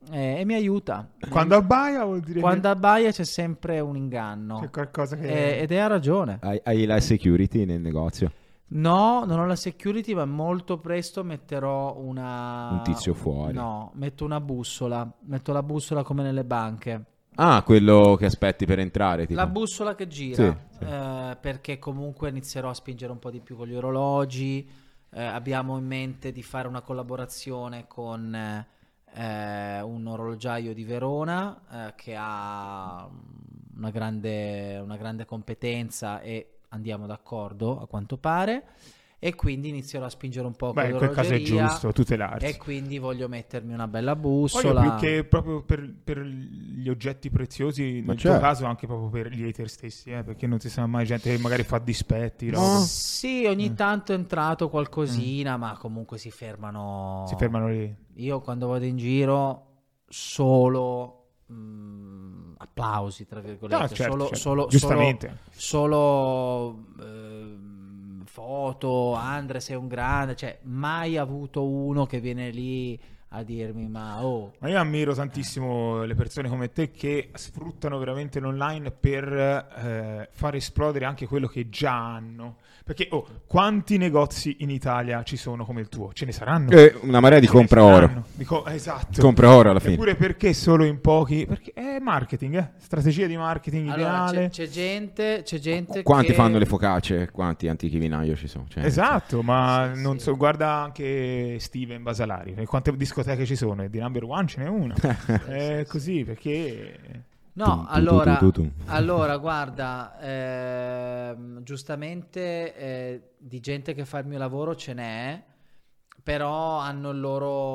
e, e mi aiuta. Quando abbaia vuol dire Quando che abbaia c'è sempre un inganno. c'è qualcosa che... E- ed è ha ragione. Hai, hai la security nel negozio? No, non ho la security, ma molto presto metterò una... Un tizio fuori. No, metto una bussola. Metto la bussola come nelle banche. Ah, quello che aspetti per entrare, tipo. La bussola che gira, Sì, sì. eh, perché comunque inizierò a spingere un po' di più con gli orologi. Eh, abbiamo in mente di fare una collaborazione con eh, un orologiaio di Verona eh, che ha una grande, una grande competenza e andiamo d'accordo a quanto pare, e quindi inizierò a spingere un po' Beh, con in quel caso è l'orologeria giusto tutelarsi. e quindi voglio mettermi una bella Voglio bussola. più che proprio per, per gli oggetti preziosi, Ma nel certo. tuo caso anche proprio per gli hater stessi, eh, perché non si sa mai gente che magari fa dispetti, No. roba. Sì, ogni Mm. tanto è entrato qualcosina, ma comunque si fermano. Si fermano lì. Io quando vado in giro solo mh, applausi, tra virgolette, No, certo, solo, certo. solo, Giustamente. solo, solo ehm, foto, Andre sei un grande, cioè mai avuto uno che viene lì a dirmi ma oh. Ma io ammiro tantissimo le persone come te che sfruttano veramente l'online per eh, far esplodere anche quello che già hanno. Perché, oh, quanti negozi in Italia ci sono come il tuo? Ce ne saranno. Eh, una marea di Ce ne compra saranno. oro. Dico, esatto. Compra oro alla fine. Eppure perché solo in pochi? Perché è marketing, eh? Strategia di marketing Allora, ideale. c'è, c'è gente, c'è gente Quanti che... fanno le focacce? Quanti antichi vinaio ci sono? Cioè, Esatto, ma Sì, non sì. so, guarda anche Steven Basalari, e quante discoteche ci sono? E di number one ce n'è una. È così, perché... No, Tum, tu, allora, tu, tu, tu, tu. allora guarda, ehm, giustamente eh, di gente che fa il mio lavoro ce n'è, però hanno il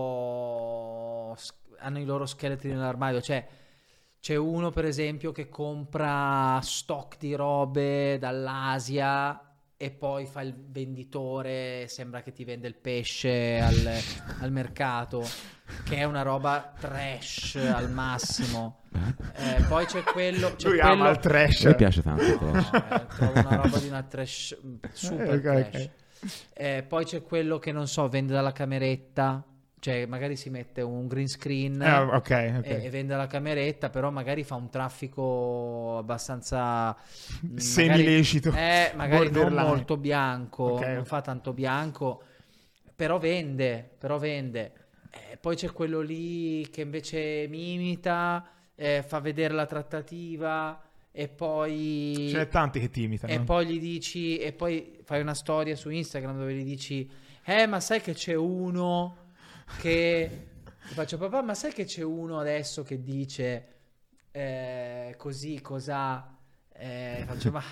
loro hanno i loro scheletri nell'armadio, cioè c'è uno per esempio che compra stock di robe dall'Asia e poi fa il venditore, sembra che ti vende il pesce al, al mercato, che è una roba trash al massimo. Eh, poi c'è quello, c'è Lui quello... ama il trash. A me piace tanto il No, trash. eh, trovo una roba di una trash super Eh, ok, trash. ok. Eh, poi c'è quello che non so, vende dalla cameretta, cioè magari si mette un green screen Eh, ok, ok. e, e vende la cameretta, però magari fa un traffico abbastanza mh, Semi-lecito. magari, eh, magari non Borderline. molto bianco, Ok, non ok. fa tanto bianco, però vende, però vende. Eh, poi c'è quello lì che invece mi imita, eh, fa vedere la trattativa e poi Ce n'è tanti che ti imitano. e poi gli dici, e poi fai una storia su Instagram dove gli dici eh ma sai che c'è uno che ti faccio papà ma sai che c'è uno adesso che dice eh, così cos'ha eh, faccio ma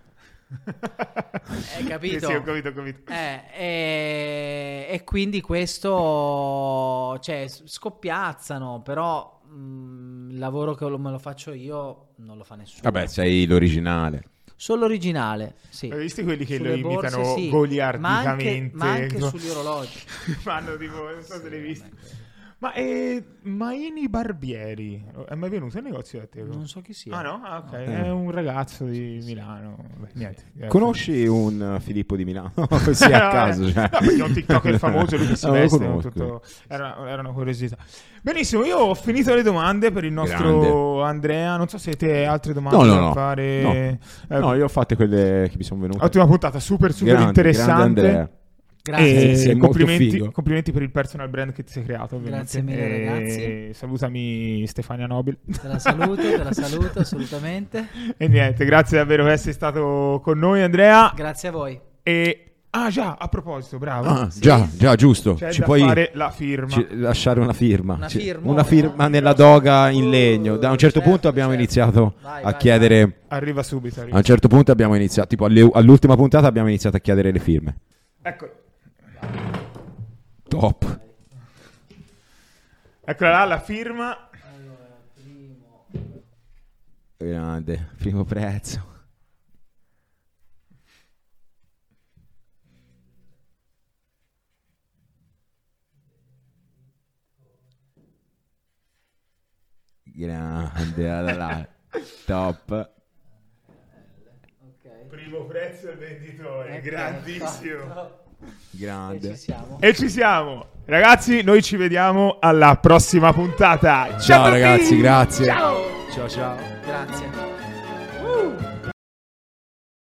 hai capito? Sì, sì, ho capito, ho capito. Eh, e, e quindi questo cioè s- scoppiazzano, però mh, il lavoro che lo- me lo faccio io non lo fa nessuno. Vabbè, sei l'originale. Solo originale, sì. Hai visto quelli che Sulle lo imitano borse, sì. goliardicamente? Ma anche, ma anche Tipo- sugli orologi. Fanno tipo, non so se Sì, l'hai visto. ma- Ma eh, Maini Barbieri è mai venuto al negozio da te? Non so chi sia. Ah no? Ah, ok. No. È un ragazzo di Milano. Beh, niente. Conosci un uh, Filippo di Milano? Così a caso. Cioè. No, perché è un TikToker famoso, lui che si No, lo veste, conosco. tutto- era, era una curiosità. Benissimo, io ho finito le domande per il nostro Grande. Andrea. Non so se avete altre domande No, no, da no. fare. No. Eh, No, io ho fatte quelle che mi sono venute. Ottima puntata, super super Grande, interessante. grande Andrea. Grazie. E Sei molto complimenti, figo. complimenti per il personal brand che ti sei creato. Ovviamente. Grazie mille, E ragazzi. Salutami Stefania Nobile. Te la saluto, te la saluto assolutamente. E niente, grazie davvero per essere stato con noi, Andrea. Grazie a voi. E ah, già, a proposito, bravo. Ah, già, già, giusto. C'è Ci da puoi fare la firma. ci- lasciare una firma. Una Ci- firma? una firma nella doga in legno. Da un certo Certo, punto abbiamo certo. iniziato Vai, a vai, chiedere. Arriva subito. A Arriva. un certo punto abbiamo iniziato, tipo alle- all'ultima puntata abbiamo iniziato a chiedere le firme. Ecco. Top. Eccola là, la firma. Allora, primo. Grande, primo prezzo. Grande, allora, top. Ok. Primo prezzo del venditore, Ok, grandissimo. fatto. Grande. E ci siamo. E ci siamo. Ragazzi, noi ci vediamo alla prossima puntata. Ciao, Ciao a tutti! ragazzi, grazie. Ciao. Ciao ciao. Grazie.